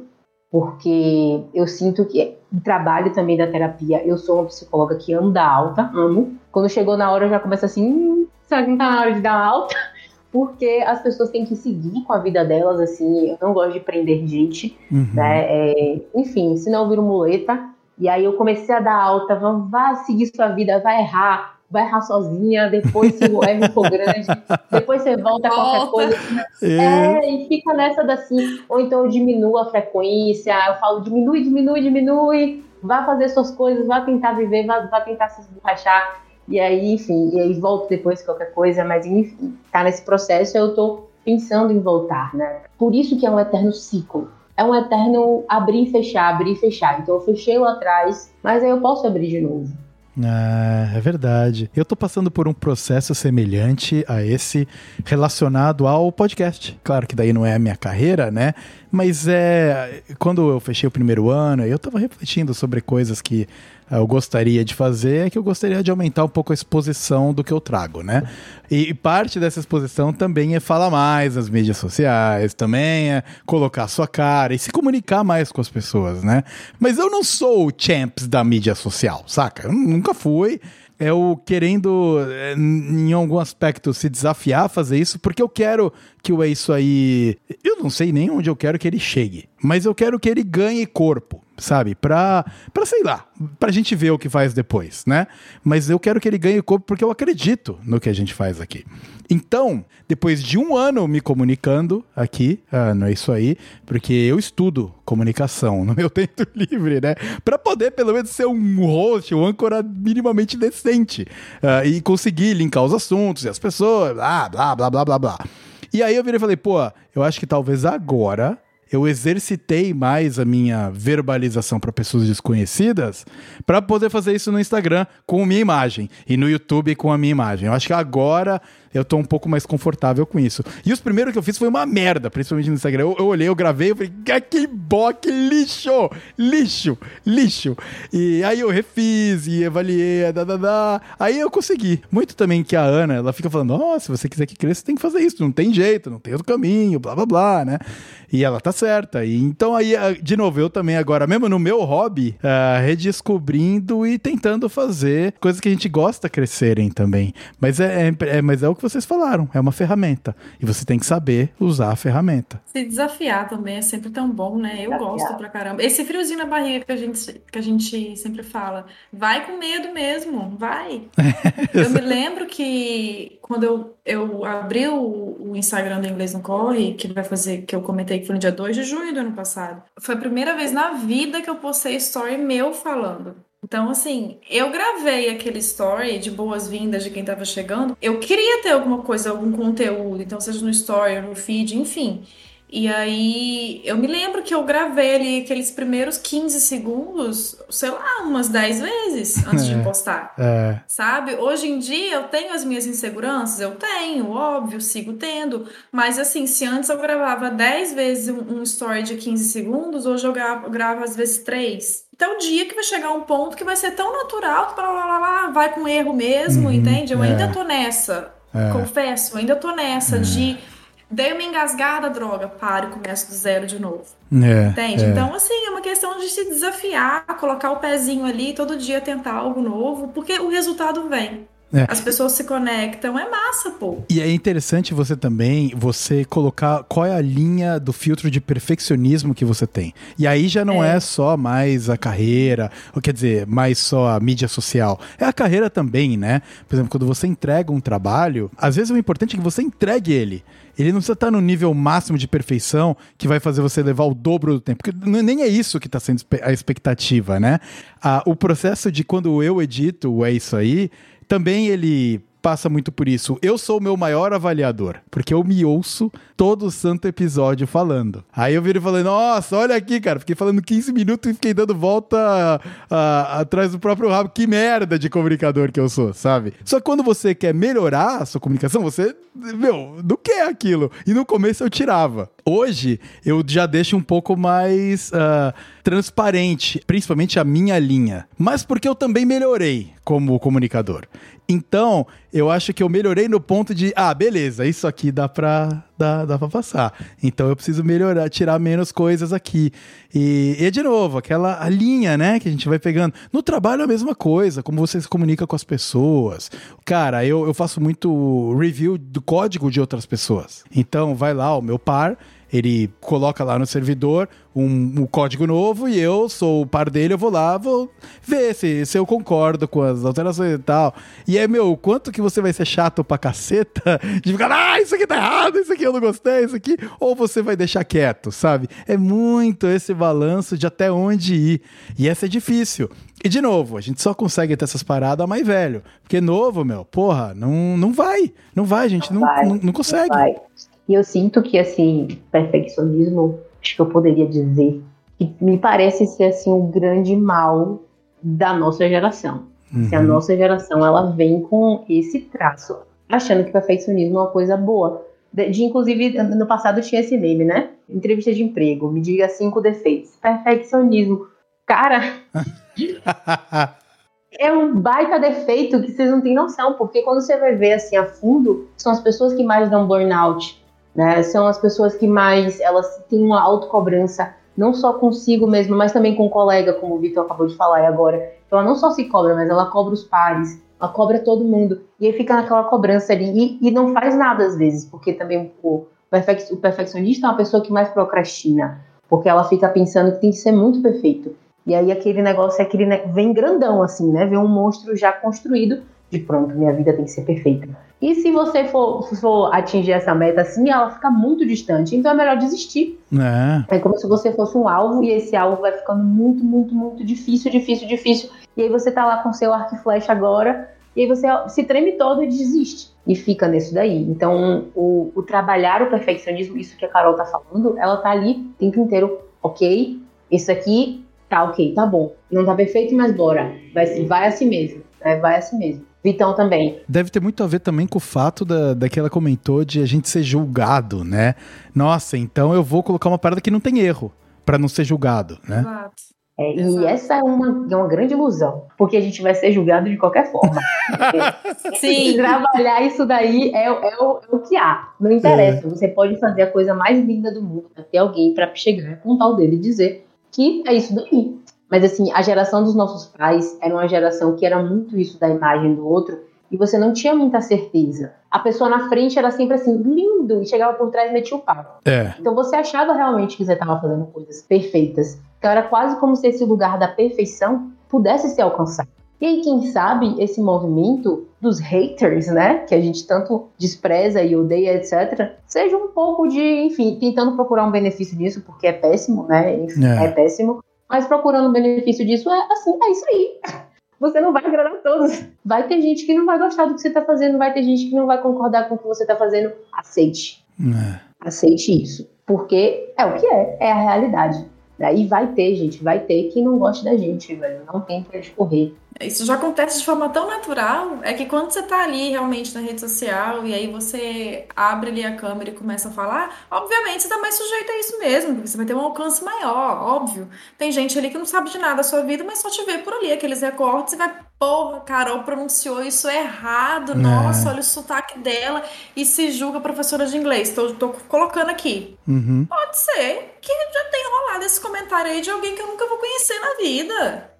porque eu sinto que o trabalho também da terapia, eu sou uma psicóloga que amo dar alta, amo. Quando chegou na hora, eu já começo assim, hum, será que não tá na hora de dar alta? Porque as pessoas têm que seguir com a vida delas, assim, eu não gosto de prender gente, uhum. né, é, enfim, senão eu viro muleta. E aí eu comecei a dar alta, vá seguir sua vida, vai errar, vai errar sozinha, depois se o erro for grande, depois você volta a qualquer coisa. É, e fica nessa assim, ou então eu diminuo a frequência, eu falo diminui, diminui, diminui, vá fazer suas coisas, vá tentar viver, vá, vá tentar se esborrachar, e aí, enfim, e aí volto depois qualquer coisa, mas enfim, tá nesse processo, eu tô pensando em voltar, né? Por isso que é um eterno ciclo. É um eterno abrir e fechar, abrir e fechar. Então eu fechei lá atrás, mas aí eu posso abrir de novo. Ah, é verdade. Eu tô passando por um processo semelhante a esse relacionado ao podcast. Claro que daí não é a minha carreira, né? Mas é... Quando eu fechei o primeiro ano, eu tava refletindo sobre coisas que eu gostaria de fazer, é que eu gostaria de aumentar um pouco a exposição do que eu trago, né? E parte dessa exposição também é falar mais nas mídias sociais, também é colocar a sua cara e se comunicar mais com as pessoas, né? Mas eu não sou o champs da mídia social, saca? Eu nunca fui. Eu querendo, em algum aspecto, se desafiar a fazer isso, porque eu quero que o É Isso Aí... Eu não sei nem onde eu quero que ele chegue, mas eu quero que ele ganhe corpo, sabe? Pra, pra sei lá, pra gente ver o que faz depois, né? Mas eu quero que ele ganhe corpo porque eu acredito no que a gente faz aqui. Então, depois de um ano me comunicando aqui, ah, não é isso aí, porque eu estudo comunicação no meu tempo livre, né? Pra poder, pelo menos, ser um host, um âncora minimamente decente ah, e conseguir linkar os assuntos e as pessoas, blá, blá, blá, blá, blá, blá. E aí eu virei e falei, pô, eu acho que talvez agora eu exercitei mais a minha verbalização para pessoas desconhecidas para poder fazer isso no Instagram com a minha imagem e no YouTube com a minha imagem. Eu acho que agora eu tô um pouco mais confortável com isso. E os primeiros que eu fiz foi uma merda, principalmente no Instagram. Eu, eu olhei, eu gravei, eu falei, ah, que bó, que lixo, lixo, lixo. E aí eu refiz e avaliei, da, da, da. Aí eu consegui. Muito também que a Ana, ela fica falando, ó, oh, se você quiser que cresça, você tem que fazer isso, não tem jeito, não tem outro caminho, blá, blá, blá, né? E ela tá certa. E então aí, de novo, eu também agora, mesmo no meu hobby, uh, redescobrindo e tentando fazer coisas que a gente gosta crescerem também. Mas é, é, é, mas é o que vocês falaram, é uma ferramenta. E você tem que saber usar a ferramenta. Se desafiar também é sempre tão bom, né? Eu desafiar. Gosto pra caramba. Esse friozinho na barriga que a gente, que a gente sempre fala, vai com medo mesmo, vai. Eu me lembro que quando eu, eu abri o, o Instagram do Inglês no Corre, que vai fazer, que eu comentei que foi no dia dois de junho do ano passado, foi a primeira vez na vida que eu postei story meu falando. Então, assim, eu gravei aquele story de boas-vindas de quem tava chegando. Eu queria ter alguma coisa, algum conteúdo, então seja no story, no feed, enfim. E aí, eu me lembro que eu gravei ali aqueles primeiros quinze segundos, sei lá, umas dez vezes antes é, de postar, é. Sabe? Hoje em dia eu tenho as minhas inseguranças, eu tenho, óbvio, sigo tendo, mas assim, se antes eu gravava dez vezes um, um story de quinze segundos, hoje eu gravo, gravo às vezes três. Então, o dia que vai chegar um ponto que vai ser tão natural que blá, blá, blá, blá, vai com erro mesmo, uhum, entende? Eu é. ainda tô nessa, é. confesso, eu ainda tô nessa é. de... Dei uma engasgada, droga, paro e começo do zero de novo. É, entende? É. Então, assim, é uma questão de se desafiar, colocar o pezinho ali, todo dia tentar algo novo, porque o resultado vem. É. As pessoas se conectam, é massa, pô. E é interessante você também, você colocar qual é a linha do filtro de perfeccionismo que você tem. E aí já não é, é só mais a carreira, ou quer dizer, mais só a mídia social. É a carreira também, né? Por exemplo, quando você entrega um trabalho, às vezes o importante é que você entregue ele. Ele não precisa estar no nível máximo de perfeição que vai fazer você levar o dobro do tempo. Porque nem é isso que está sendo a expectativa, né? Ah, o processo de quando eu edito o É Isso Aí, também ele passa muito por isso. Eu sou o meu maior avaliador, porque eu me ouço todo santo episódio falando. Aí eu viro e falei, nossa, olha aqui, cara, fiquei falando quinze minutos e fiquei dando volta a, a, atrás do próprio rabo. Que merda de comunicador que eu sou, sabe? Só que quando você quer melhorar a sua comunicação, você, meu, não quer aquilo. E no começo eu tirava. Hoje, eu já deixo um pouco mais uh, transparente, principalmente a minha linha. Mas porque eu também melhorei como comunicador. Então, eu acho que eu melhorei no ponto de, ah, beleza, isso aqui dá pra, dá, dá pra passar. Então, eu preciso melhorar, tirar menos coisas aqui. E, e de novo, aquela a linha, né, que a gente vai pegando. No trabalho é a mesma coisa, como você se comunica com as pessoas. Cara, eu, eu faço muito review do código de outras pessoas. Então, vai lá, o meu par, ele coloca lá no servidor um, um código novo e eu sou o par dele, eu vou lá, vou ver se, se eu concordo com as alterações e tal. E é, meu, quanto que você vai ser chato pra caceta de ficar, ah, isso aqui tá errado, isso aqui eu não gostei, isso aqui, ou você vai deixar quieto, sabe? É muito esse balanço de até onde ir. E essa é difícil. E, de novo, a gente só consegue ter essas paradas mais velho. Porque novo, meu, porra, não, não vai. Não vai, a gente não, não, vai, não, não consegue. Não vai. E eu sinto que, assim, perfeccionismo, acho que eu poderia dizer, que me parece ser, assim, um grande mal da nossa geração. Uhum. Se a nossa geração, ela vem com esse traço, achando que perfeccionismo é uma coisa boa. De, de, inclusive, no passado tinha esse meme, né? Entrevista de emprego, me diga cinco defeitos. Perfeccionismo. Cara... É um baita defeito que vocês não têm noção, porque quando você vai ver assim a fundo, são as pessoas que mais dão burnout, né? São as pessoas que mais, elas têm uma autocobrança, não só consigo mesmo, mas também com o colega, como o Vitor acabou de falar aí agora. Então ela não só se cobra, mas ela cobra os pares, ela cobra todo mundo, e aí fica naquela cobrança ali, e, e não faz nada às vezes, porque também o, perfec- o perfeccionista é uma pessoa que mais procrastina, porque ela fica pensando que tem que ser muito perfeito. E aí aquele negócio, aquele ne- vem grandão assim, né? Vem um monstro já construído de pronto, minha vida tem que ser perfeita. E se você for, for atingir essa meta assim, ela fica muito distante. Então é melhor desistir. É. É como se você fosse um alvo e esse alvo vai ficando muito, muito, muito difícil, difícil, difícil. E aí você tá lá com seu arco e flecha agora, e aí você se treme todo e desiste. E fica nisso daí. Então, o, o trabalhar o perfeccionismo, isso que a Carol tá falando, ela tá ali o tempo inteiro, ok, isso aqui... Tá, ok, tá bom. Não tá perfeito, mas bora. Vai, vai assim mesmo. É, vai assim mesmo. Vitão também. Deve ter muito a ver também com o fato da, da que ela comentou de a gente ser julgado, né? Nossa, então eu vou colocar uma parada que não tem erro, pra não ser julgado, né? Exato. É, e essa é uma, é uma grande ilusão, porque a gente vai ser julgado de qualquer forma. Sim. Trabalhar isso daí é, é, o, é o que há. Não interessa. É. Você pode fazer a coisa mais linda do mundo, até alguém pra chegar, apontar o dedo e dizer que é isso daí. Mas assim, a geração dos nossos pais era uma geração que era muito isso da imagem do outro e você não tinha muita certeza. A pessoa na frente era sempre assim, lindo, e chegava por trás e metia o pau. É. Então você achava realmente que você estava fazendo coisas perfeitas. Então era quase como se esse lugar da perfeição pudesse ser alcançado. E aí, quem sabe, esse movimento dos haters, né, que a gente tanto despreza e odeia, etcétera, seja um pouco de, enfim, tentando procurar um benefício disso, porque é péssimo, né, enfim, é, é péssimo, mas procurando um benefício disso, é assim, é isso aí. Você não vai agradar a todos. Vai ter gente que não vai gostar do que você está fazendo, vai ter gente que não vai concordar com o que você está fazendo. Aceite. É. Aceite isso, porque é o que é, é a realidade. Daí vai ter, gente, vai ter que não goste da gente, velho, não tem pra escorrer. Isso já acontece de forma tão natural, é que quando você tá ali realmente na rede social e aí você abre ali a câmera e começa a falar, obviamente você tá mais sujeito a isso mesmo, porque você vai ter um alcance maior, óbvio. Tem gente ali que não sabe de nada da sua vida, mas só te vê por ali, aqueles recortes e vai, porra, Carol pronunciou isso errado, é. Nossa, olha o sotaque dela e se julga professora de inglês, tô, tô colocando aqui. Uhum. Pode ser que já tenha rolado esse comentário aí de alguém que eu nunca vou conhecer na vida.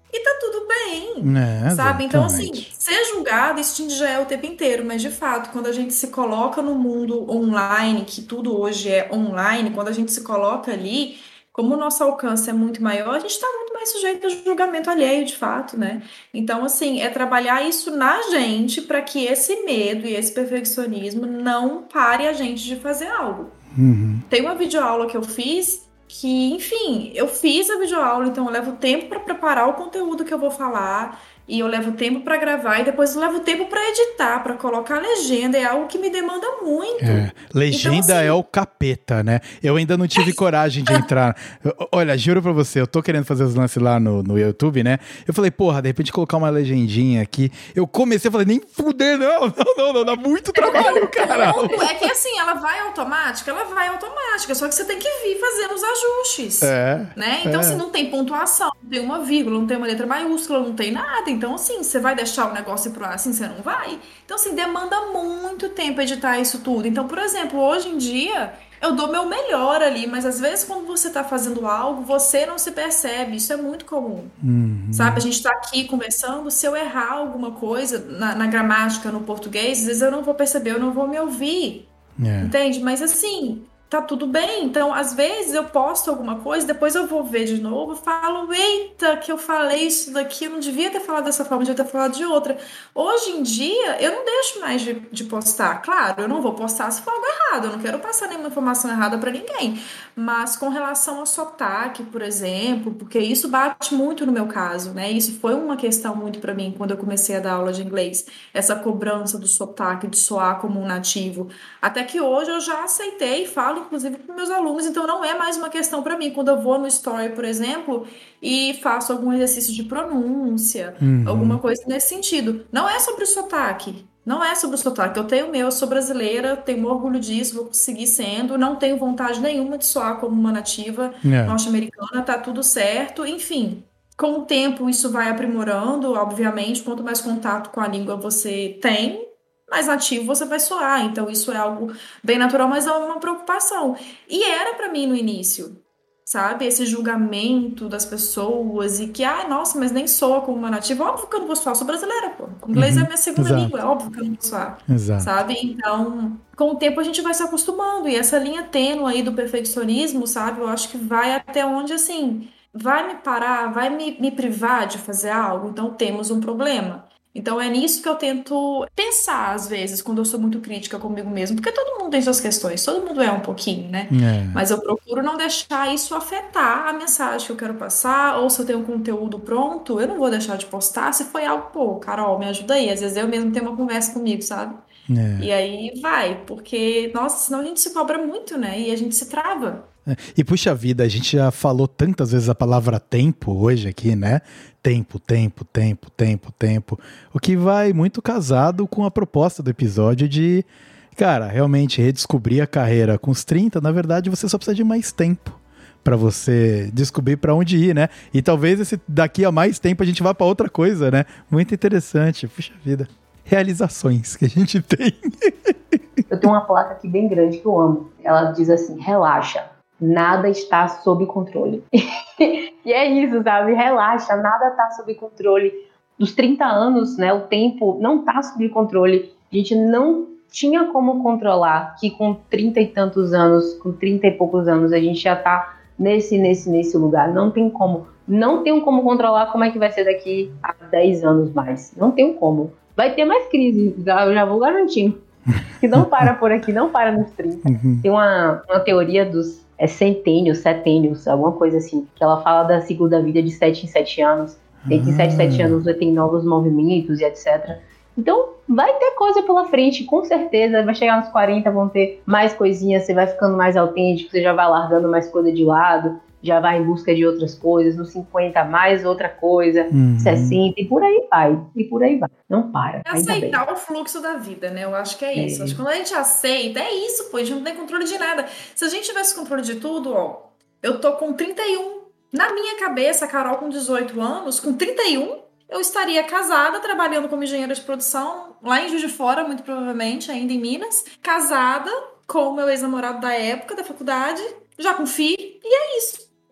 E tá tudo bem, É, sabe? Então, assim, exatamente. ser julgado, isso já é o tempo inteiro, mas de fato, quando a gente se coloca no mundo online, que tudo hoje é online, quando a gente se coloca ali, como o nosso alcance é muito maior, a gente está muito mais sujeito a julgamento alheio, de fato, né? Então, assim, é trabalhar isso na gente para que esse medo e esse perfeccionismo não pare a gente de fazer algo. Uhum. Tem uma videoaula que eu fiz que, enfim, eu fiz a videoaula, então eu levo tempo para preparar o conteúdo que eu vou falar, e eu levo tempo para gravar, e depois eu levo tempo para editar, para colocar legenda, é algo que me demanda muito. É. Legenda Então, assim, é o capeta, né? Eu ainda não tive coragem de entrar. Eu- Olha, juro pra você, eu tô querendo fazer os lances lá no, no YouTube, né? Eu falei, porra, de repente colocar uma legendinha aqui. Eu comecei, eu falei, nem fuder, não, não, não, não, dá muito trabalho, cara. Não, é que assim, ela vai automática, ela vai automática, só que você tem que vir fazendo os ajustes. É. Né? Então, é. assim, não tem pontuação, não tem uma vírgula, não tem uma letra maiúscula, não tem nada. Então, assim, você vai deixar o negócio ir pro ar assim, você não vai? Então, assim, demanda muito tempo editar isso tudo. Então, por exemplo, hoje em dia, eu dou meu melhor ali, mas às vezes quando você tá fazendo algo, você não se percebe. Isso é muito comum. Uhum. Sabe, a gente tá aqui conversando, se eu errar alguma coisa na, na gramática, no português, às vezes eu não vou perceber, eu não vou me ouvir. É. Entende? Mas assim, tá tudo bem. Então, às vezes eu posto alguma coisa, depois eu vou ver de novo e falo, eita, que eu falei isso daqui, eu não devia ter falado dessa forma, eu devia ter falado de outra. Hoje em dia, eu não deixo mais de, de postar. Claro, eu não vou postar se for algo errado, eu não quero passar nenhuma informação errada pra ninguém. Mas com relação ao sotaque, por exemplo, porque isso bate muito no meu caso, né? Isso foi uma questão muito pra mim quando eu comecei a dar aula de inglês. Essa cobrança do sotaque, de soar como um nativo. Até que hoje eu já aceitei e falo, inclusive, para meus alunos, então não é mais uma questão para mim. Quando eu vou no Story, por exemplo, e faço algum exercício de pronúncia, Uhum. alguma coisa nesse sentido. Não é sobre o sotaque. Não é sobre o sotaque. Eu tenho o meu, eu sou brasileira, tenho orgulho disso, vou seguir sendo, não tenho vontade nenhuma de soar como uma nativa É. norte-americana, tá tudo certo, enfim. Com o tempo isso vai aprimorando, obviamente, quanto mais contato com a língua você tem, mais nativo você vai soar. Então isso é algo bem natural, mas é uma preocupação. E era para mim no início, sabe? Esse julgamento das pessoas e que, ah, nossa, mas nem soa como uma nativa. Óbvio que eu não vou soar, eu sou brasileira, pô. O inglês Uhum. é a minha segunda Exato. língua, é óbvio que eu não vou soar. Exato. Sabe? Então, com o tempo a gente vai se acostumando. E essa linha tênue aí do perfeccionismo, sabe? Eu acho que vai até onde, assim, vai me parar, vai me, me privar de fazer algo. Então, temos um problema. Então, é nisso que eu tento pensar, às vezes, quando eu sou muito crítica comigo mesmo. Porque todo mundo tem suas questões, todo mundo é um pouquinho, né? É. Mas eu procuro não deixar isso afetar a mensagem que eu quero passar. Ou se eu tenho um conteúdo pronto, eu não vou deixar de postar. Se foi algo, pô, Carol, me ajuda aí. Às vezes eu mesmo tenho uma conversa comigo, sabe? É. E aí vai, porque, nossa, senão a gente se cobra muito, né? E a gente se trava. E puxa vida, a gente já falou tantas vezes a palavra tempo hoje aqui, né? Tempo, tempo, tempo, tempo, tempo. O que vai muito casado com a proposta do episódio de, cara, realmente redescobrir a carreira com os trinta, na verdade você só precisa de mais tempo para você descobrir para onde ir, né? E talvez esse, daqui a mais tempo a gente vá para outra coisa, né? Muito interessante, puxa vida. Realizações que a gente tem. Eu tenho uma placa aqui bem grande que eu amo. Ela diz assim, relaxa, nada está sob controle. E é isso, sabe? Relaxa, nada está sob controle. Dos trinta anos, né, o tempo não está sob controle. A gente não tinha como controlar que com trinta e tantos anos, com trinta e poucos anos, a gente já está nesse, nesse, nesse lugar. Não tem como. Não tenho como controlar como é que vai ser daqui a dez anos mais. Não tenho como. Vai ter mais crise, eu já vou garantindo. Que não para por aqui, não para nos trinta. Uhum. Tem uma, uma teoria dos é, centênios, setênios, alguma coisa assim, que ela fala da ciclo da vida de sete em sete anos. Tem que em sete em sete anos vai ter novos movimentos e etcétera. Então, vai ter coisa pela frente, com certeza. Vai chegar nos quarenta, vão ter mais coisinhas, você vai ficando mais autêntico, você já vai largando mais coisa de lado, já vai em busca de outras coisas, nos cinquenta mais outra coisa, Uhum. sessenta, e por aí vai, e por aí vai. Não para, ainda bem. Aceitar o fluxo da vida, né? Eu acho que é isso. É. Acho que quando a gente aceita, é isso, pô, a gente não tem controle de nada. Se a gente tivesse controle de tudo, ó, eu tô com trinta e um. Na minha cabeça, a Carol com dezoito anos, com trinta e um, eu estaria casada, trabalhando como engenheira de produção, lá em Juiz de Fora, muito provavelmente, ainda em Minas, casada com o meu ex-namorado da época, da faculdade, já com filho, e é isso.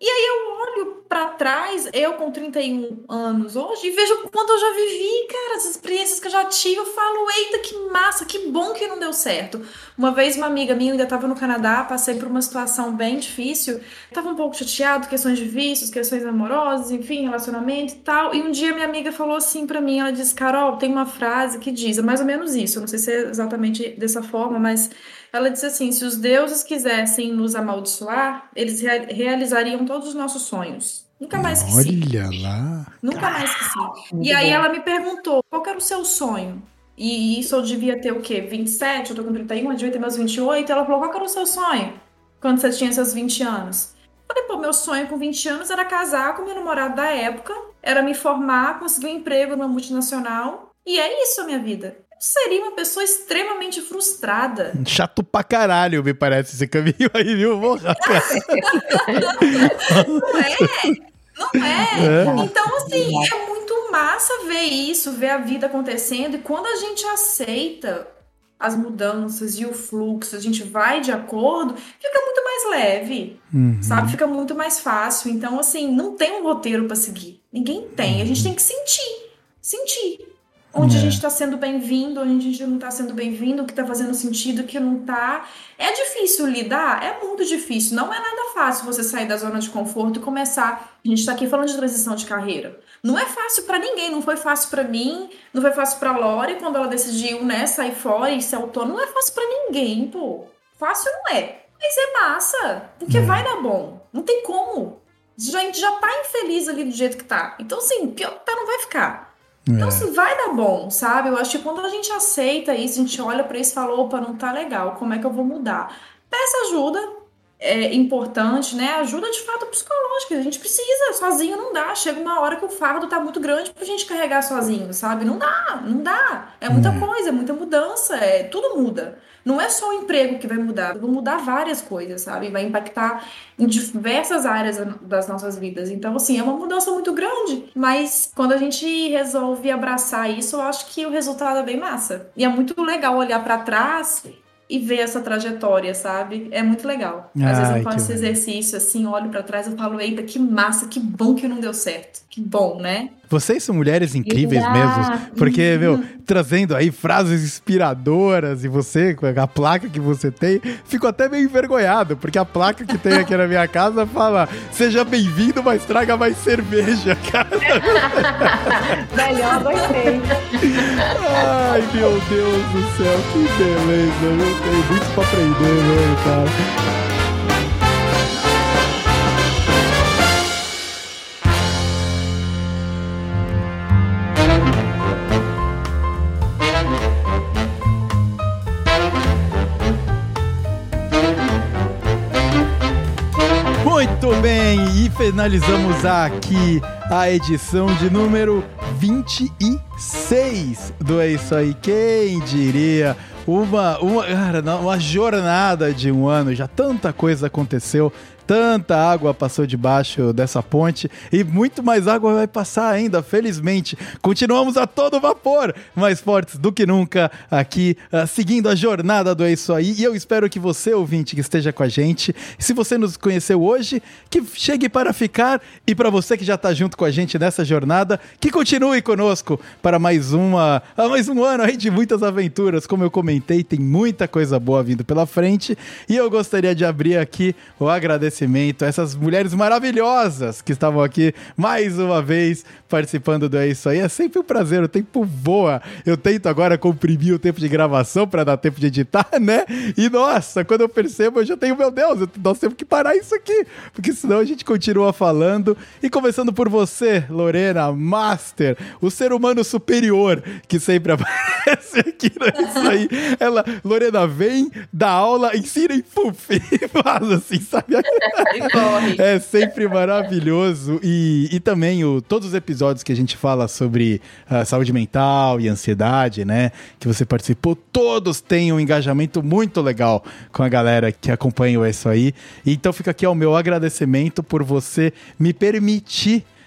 E aí eu olho pra trás, eu com trinta e um anos hoje, e vejo quanto eu já vivi, cara, essas experiências que eu já tive, eu falo, eita, que massa, que bom que não deu certo. Uma vez uma amiga minha, eu ainda tava no Canadá, passei por uma situação bem difícil, tava um pouco chateado, questões de vícios, questões amorosas, enfim, relacionamento e tal, e um dia minha amiga falou assim pra mim, ela disse, Carol, tem uma frase que diz, é mais ou menos isso, eu não sei se é exatamente dessa forma, mas ela disse assim, se os deuses quisessem nos amaldiçoar, eles rea- realizariam todos os nossos sonhos. Nunca mais esqueci. Olha lá. Nunca mais esqueci. Muito E aí bom. ela me perguntou, qual que era o seu sonho? E isso eu devia ter o quê? vinte e sete, eu tô com trinta e um, eu devia ter meus vinte e oito. Ela falou, qual que era o seu sonho? Quando você tinha seus vinte anos? Eu falei, pô, meu sonho com vinte anos era casar com meu namorado da época, era me formar, conseguir um emprego numa multinacional. E é isso a minha vida. Eu seria uma pessoa extremamente frustrada. Chato pra caralho, me parece, esse caminho aí, viu? Porra. Não é? Não é? É. Então, assim, é muito massa ver isso, ver a vida acontecendo. E quando a gente aceita as mudanças e o fluxo, a gente vai de acordo, fica muito mais leve, Uhum. sabe? Fica muito mais fácil. Então, assim, não tem um roteiro pra seguir. Ninguém tem. A gente tem que sentir. Sentir. Onde É. a gente tá sendo bem-vindo, onde a gente não tá sendo bem-vindo, o que tá fazendo sentido, o que não tá. É difícil lidar? É muito difícil. Não é nada fácil você sair da zona de conforto e começar. A gente tá aqui falando de transição de carreira. Não é fácil pra ninguém, não foi fácil pra mim, não foi fácil pra Lori quando ela decidiu, né, sair fora e ser autônoma. Não é fácil pra ninguém, pô. Fácil não é. Mas é massa, porque vai dar bom. Não tem como. A gente já tá infeliz ali do jeito que tá. Então, assim, pior tá, não vai ficar. Então, É. assim, vai dar bom, sabe? Eu acho que quando a gente aceita isso, a gente olha pra isso e fala, opa, não tá legal, como é que eu vou mudar? Peça ajuda, é importante, né? Ajuda de fato psicológica, a gente precisa, sozinho não dá. Chega uma hora que o fardo tá muito grande pra gente carregar sozinho, sabe? Não dá, não dá. É muita É. coisa, é muita mudança, é, tudo muda. Não é só o emprego que vai mudar, vai mudar várias coisas, sabe? Vai impactar em diversas áreas das nossas vidas. Então, assim, é uma mudança muito grande. Mas quando a gente resolve abraçar isso, eu acho que o resultado é bem massa. E é muito legal olhar pra trás e ver essa trajetória, sabe? É muito legal. Às vezes Ai, eu faço que esse exercício, assim, olho pra trás e falo, eita, que massa, que bom que não deu certo. Que bom, né? Vocês são mulheres incríveis Exato. mesmo, porque, meu, trazendo aí frases inspiradoras e você, com a placa que você tem, fico até meio envergonhado, porque a placa que tem aqui na minha casa fala, seja bem-vindo, mas traga mais cerveja, cara. Melhor, gostei. Ai, meu Deus do céu, que beleza, eu tenho muito pra aprender, né, cara. Muito bem, e finalizamos aqui a edição de número vinte e seis do É Isso Aí, quem diria? Uma, uma, cara, uma jornada de um ano, já tanta coisa aconteceu, tanta água passou debaixo dessa ponte e muito mais água vai passar ainda, felizmente. Continuamos a todo vapor, mais fortes do que nunca aqui, uh, seguindo a jornada do É Isso Aí. E eu espero que você, ouvinte, que esteja com a gente, se você nos conheceu hoje, que chegue para ficar, e para você que já está junto com a gente nessa jornada, que continue conosco para mais uma, mais um ano aí de muitas aventuras. Como eu comentei, tem muita coisa boa vindo pela frente, e eu gostaria de abrir aqui o agradecimento a essas mulheres maravilhosas que estavam aqui mais uma vez participando do É Isso Aí. É sempre um prazer, o tempo voa. Eu tento agora comprimir o tempo de gravação para dar tempo de editar, né? E nossa, quando eu percebo, eu já tenho, meu Deus, nós temos que parar isso aqui, porque senão a gente continua falando. E começando por você, Lorena, Master, o ser humano superior que sempre aparece aqui no É Isso Aí. Ela, Lorena, vem, dá aula, ensina e puf, e faz assim, sabe? E corre. É sempre maravilhoso. E, e também o, todos os episódios que a gente fala sobre uh, saúde mental e ansiedade, né? Que você participou, todos têm um engajamento muito legal com a galera que acompanha o É Isso Aí. Então fica aqui ó, o meu agradecimento por você me permitir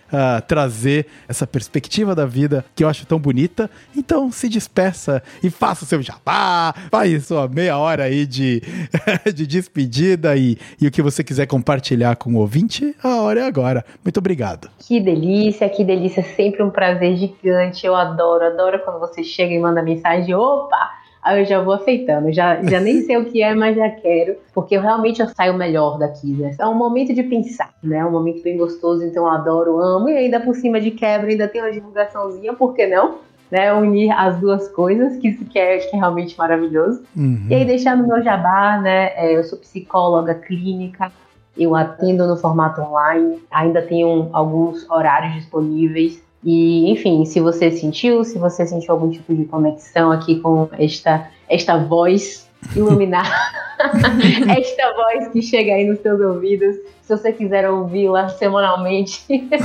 uh, trazer essa perspectiva da vida que eu acho tão bonita. Então se despeça e faça o seu jabá, faz sua meia hora aí de, de despedida e, e o que você quiser compartilhar com o ouvinte, a hora é agora. Muito obrigado. Que delícia, que delícia, sempre um prazer gigante, eu adoro, adoro quando você chega e manda mensagem, opa! Aí eu já vou aceitando, já, já nem sei o que é, mas já quero, porque eu realmente eu saio melhor daqui, né? É um momento de pensar, né? É um momento bem gostoso, então eu adoro, amo, e ainda por cima de quebra ainda tem uma divulgaçãozinha, por que não? Né? Unir as duas coisas, que, que, é, que é realmente maravilhoso. Uhum. E aí deixando o meu jabá, né? É, eu sou psicóloga clínica, eu atendo no formato online, ainda tenho alguns horários disponíveis. E, enfim, se você sentiu, se você sentiu algum tipo de conexão aqui com esta, esta voz iluminar, esta voz que chega aí nos seus ouvidos, se você quiser ouvi-la semanalmente,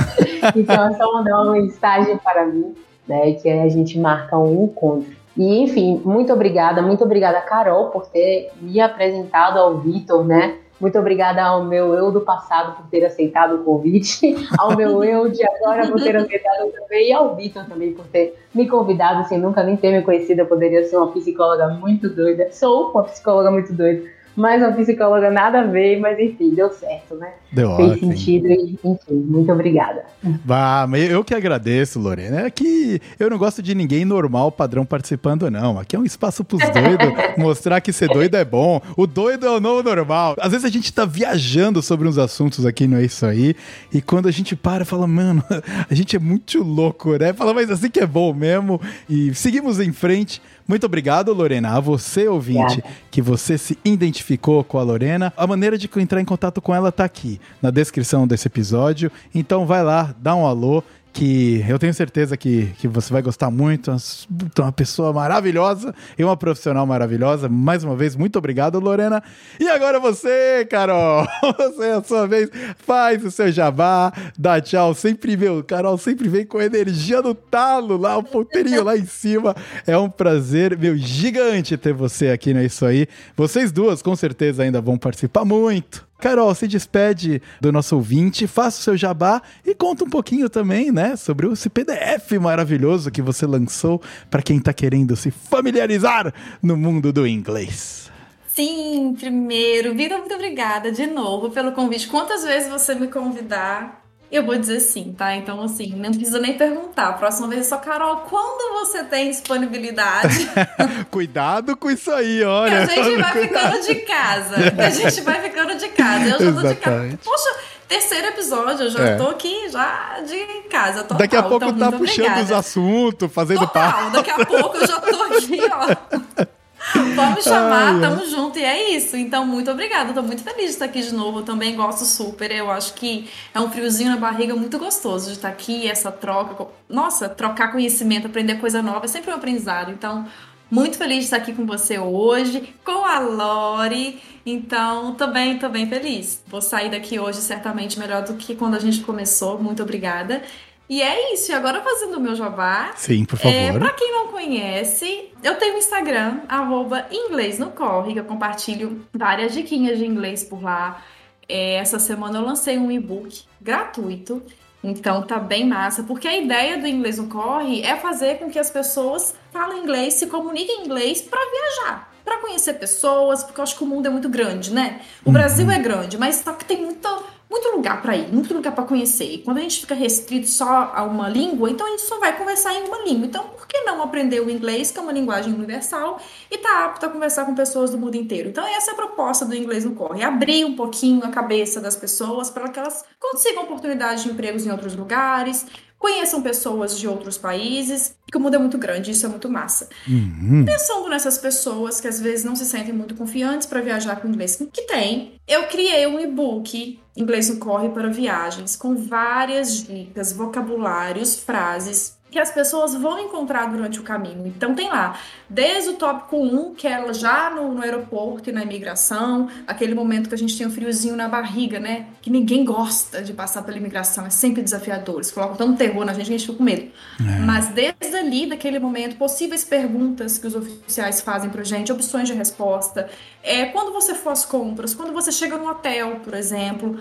então é só mandar uma mensagem para mim, né, que a gente marca um encontro. E, enfim, muito obrigada, muito obrigada, Carol, por ter me apresentado ao Vitor, né? Muito obrigada ao meu eu do passado por ter aceitado o convite, ao meu eu de agora por ter aceitado também, e ao Vitor também por ter me convidado, sem nunca nem ter me conhecido. Eu poderia ser uma psicóloga muito doida, sou uma psicóloga muito doida, mas uma psicóloga nada a ver, mas enfim, deu certo, né? Deu Fez ótimo. sentido e, enfim, muito obrigada. Bah, mas eu que agradeço, Lorena. É que eu não gosto de ninguém normal, padrão, participando, não. Aqui é um espaço pros doidos, mostrar que ser doido é bom. O doido é o novo normal. Às vezes a gente tá viajando sobre uns assuntos aqui, não é isso aí, e quando a gente para, fala, mano, a gente é muito louco, né? Fala, mas assim que é bom mesmo. E seguimos em frente. Muito obrigado, Lorena. A você, ouvinte, obrigada, que você se identificou com a Lorena. A maneira de entrar em contato com ela tá aqui, na descrição desse episódio. Então vai lá, dá um alô, que eu tenho certeza que, que você vai gostar muito. É uma pessoa maravilhosa e uma profissional maravilhosa. Mais uma vez, muito obrigado, Lorena. E agora você, Carol, você, a sua vez, faz o seu jabá, dá tchau. Sempre, meu, Carol sempre vem com energia no talo, lá, o ponteirinho lá em cima. É um prazer, meu, gigante ter você aqui, não é isso aí? Vocês duas, com certeza, ainda vão participar muito. Carol, se despede do nosso ouvinte, faça o seu jabá e conta um pouquinho também, né, sobre esse P D F maravilhoso que você lançou para quem está querendo se familiarizar no mundo do inglês. Sim, primeiro, Vitor, muito obrigada de novo pelo convite. Quantas vezes você me convidar, eu vou dizer sim, tá? Então, assim, não precisa nem perguntar. A próxima vez é só, Carol, quando você tem disponibilidade? Cuidado com isso aí, olha. Que a gente vai ficando de casa. Que a gente vai ficando de casa. Eu já tô de casa. Poxa, terceiro episódio, eu já é. tô aqui já de casa. Total. Daqui a pouco então, tá puxando obrigada. Os assuntos, fazendo papo. Daqui a pouco eu já tô aqui, ó. Pode me chamar, ai, tamo ai. junto, e é isso. Então, muito obrigada, tô muito feliz de estar aqui de novo. Eu também gosto super, eu acho que é um friozinho na barriga muito gostoso de estar aqui, essa troca. Nossa, trocar conhecimento, aprender coisa nova é sempre um aprendizado. Então, muito feliz de estar aqui com você hoje, com a Lori. Então, também tô bem feliz. Vou sair daqui hoje certamente melhor do que quando a gente começou. Muito obrigada. E é isso, e agora fazendo o meu jabá. Sim, por favor. É, pra quem não conhece, eu tenho um Instagram, arroba inglês no corre, que eu compartilho várias diquinhas de inglês por lá. É, essa semana eu lancei um e-book gratuito, então tá bem massa, porque a ideia do Inglês no Corre é fazer com que as pessoas falem inglês, se comuniquem em inglês pra viajar, pra conhecer pessoas, porque eu acho que o mundo é muito grande, né? O uhum. Brasil é grande, mas só que tem muita... muito lugar para ir, muito lugar para conhecer. E quando a gente fica restrito só a uma língua, então a gente só vai conversar em uma língua. Então, por que não aprender o inglês, que é uma linguagem universal, e tá apto a conversar com pessoas do mundo inteiro? Então, essa é a proposta do Inglês no Corre. Abrir um pouquinho a cabeça das pessoas para que elas consigam oportunidades de empregos em outros lugares, conheçam pessoas de outros países, porque o mundo é muito grande, isso é muito massa. Uhum. Pensando nessas pessoas que às vezes não se sentem muito confiantes para viajar com inglês, que tem, eu criei um e-book, Inglês no Corre para Viagens, com várias dicas, vocabulários, frases que as pessoas vão encontrar durante o caminho. Então tem lá, desde o tópico um, que é já no, no aeroporto e na imigração, aquele momento que a gente tem um friozinho na barriga, né? Que ninguém gosta de passar pela imigração, é sempre desafiador. Eles colocam tanto terror na gente que a gente fica com medo. É. Mas desde ali, daquele momento, possíveis perguntas que os oficiais fazem pra gente, opções de resposta. É, quando você for às compras, quando você chega no hotel, por exemplo,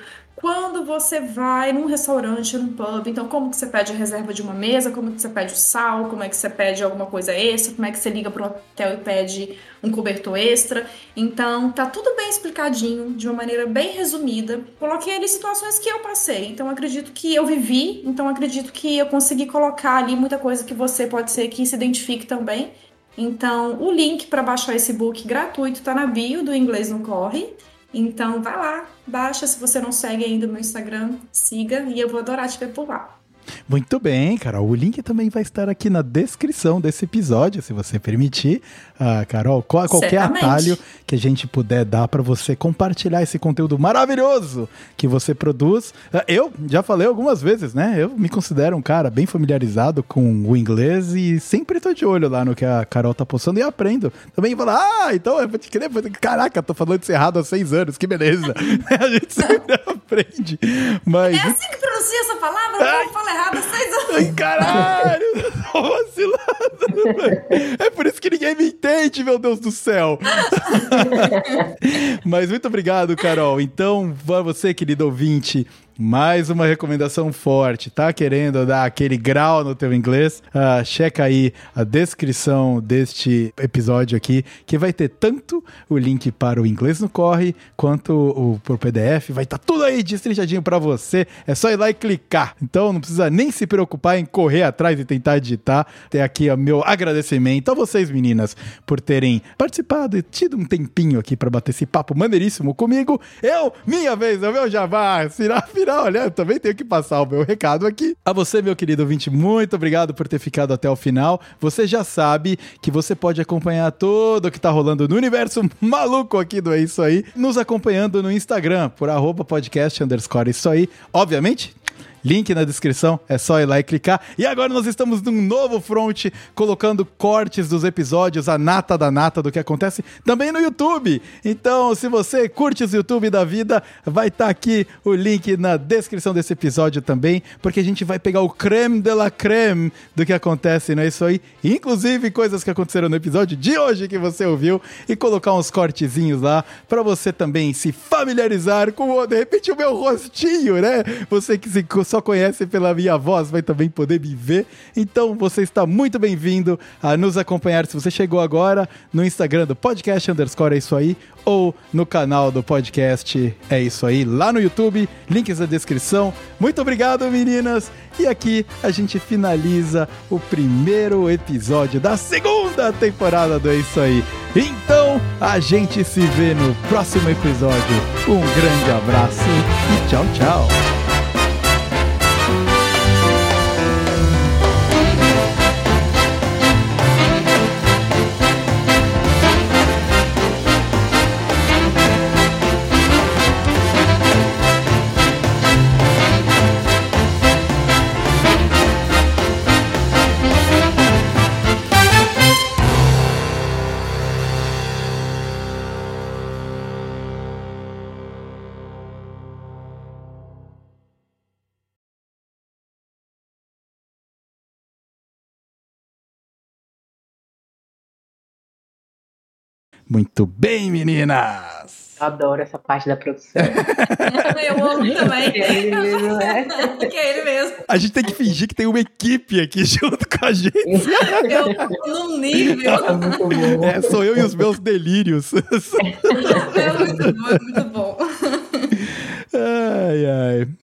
quando você vai num restaurante, num pub, então como que você pede a reserva de uma mesa, como que você pede o sal, como é que você pede alguma coisa extra, como é que você liga para o hotel e pede um cobertor extra. Então tá tudo bem explicadinho, de uma maneira bem resumida. Coloquei ali situações que eu passei, então acredito que eu vivi, então acredito que eu consegui colocar ali muita coisa que você pode ser que se identifique também. Então o link para baixar esse e-book gratuito tá na bio do Inglês no Corre. Então, vai lá, baixa. Se você não segue ainda no meu Instagram, siga e eu vou adorar te ver por lá. Muito bem, Carol. O link também vai estar aqui na descrição desse episódio, se você permitir. Ah, Carol, qual, qualquer Certamente. atalho que a gente puder dar para você compartilhar esse conteúdo maravilhoso que você produz. Ah, eu já falei algumas vezes, né? Eu me considero um cara bem familiarizado com o inglês e sempre tô de olho lá no que a Carol tá postando e aprendo. Também falo, ah, então eu vou te querer. Caraca, tô falando isso errado há seis anos, que beleza. A gente sempre aprende. Mas... É assim que pronuncia essa palavra? Eu falo errado há seis anos. Ai, caralho, tô vacilando. É por isso que ninguém me entende, meu Deus do céu. Mas muito obrigado, Carol. Então, para você, querido ouvinte, mais uma recomendação forte. Tá querendo dar aquele grau no teu inglês? Uh, checa aí a descrição deste episódio aqui, que vai ter tanto o link para o Inglês no Corre, quanto o por P D F. Vai estar tá tudo aí destrinchadinho para você. É só ir lá e clicar. Então não precisa nem se preocupar em correr atrás e tentar digitar. Tem aqui o meu agradecimento a vocês, meninas, por terem participado e tido um tempinho aqui para bater esse papo maneiríssimo comigo. Eu, minha vez, é o meu jabá. Será Afinal, olha, eu também tenho que passar o meu recado aqui. A você, meu querido ouvinte, muito obrigado por ter ficado até o final. Você já sabe que você pode acompanhar tudo o que tá rolando no universo maluco aqui do É Isso Aí, nos acompanhando no Instagram, por arroba podcast underscore isso aí. Obviamente, link na descrição, é só ir lá e clicar. E agora nós estamos num novo front, colocando cortes dos episódios, a nata da nata do que acontece, também no YouTube. Então, se você curte os YouTube da vida, vai estar tá aqui o link na descrição desse episódio também, porque a gente vai pegar o creme de la creme do que acontece, não é isso aí? Inclusive, coisas que aconteceram no episódio de hoje que você ouviu, e colocar uns cortezinhos lá, para você também se familiarizar com, de repente, o meu rostinho, né? Você que se só conhece pela minha voz, vai também poder me ver. Então você está muito bem-vindo a nos acompanhar, se você chegou agora, no Instagram do podcast underscore é isso aí, ou no canal do podcast É Isso Aí, lá no YouTube, links na descrição. Muito obrigado, meninas! E aqui a gente finaliza o primeiro episódio da segunda temporada do É Isso Aí. Então, a gente se vê no próximo episódio. Um grande abraço e tchau, tchau! Muito bem, meninas! Adoro essa parte da produção. Eu amo também. Que é ele mesmo, né? Que é ele mesmo. A gente tem que fingir que tem uma equipe aqui junto com a gente. Eu tô num nível. É muito bom. É, sou eu e os meus delírios. É muito bom, é muito bom. Ai, ai.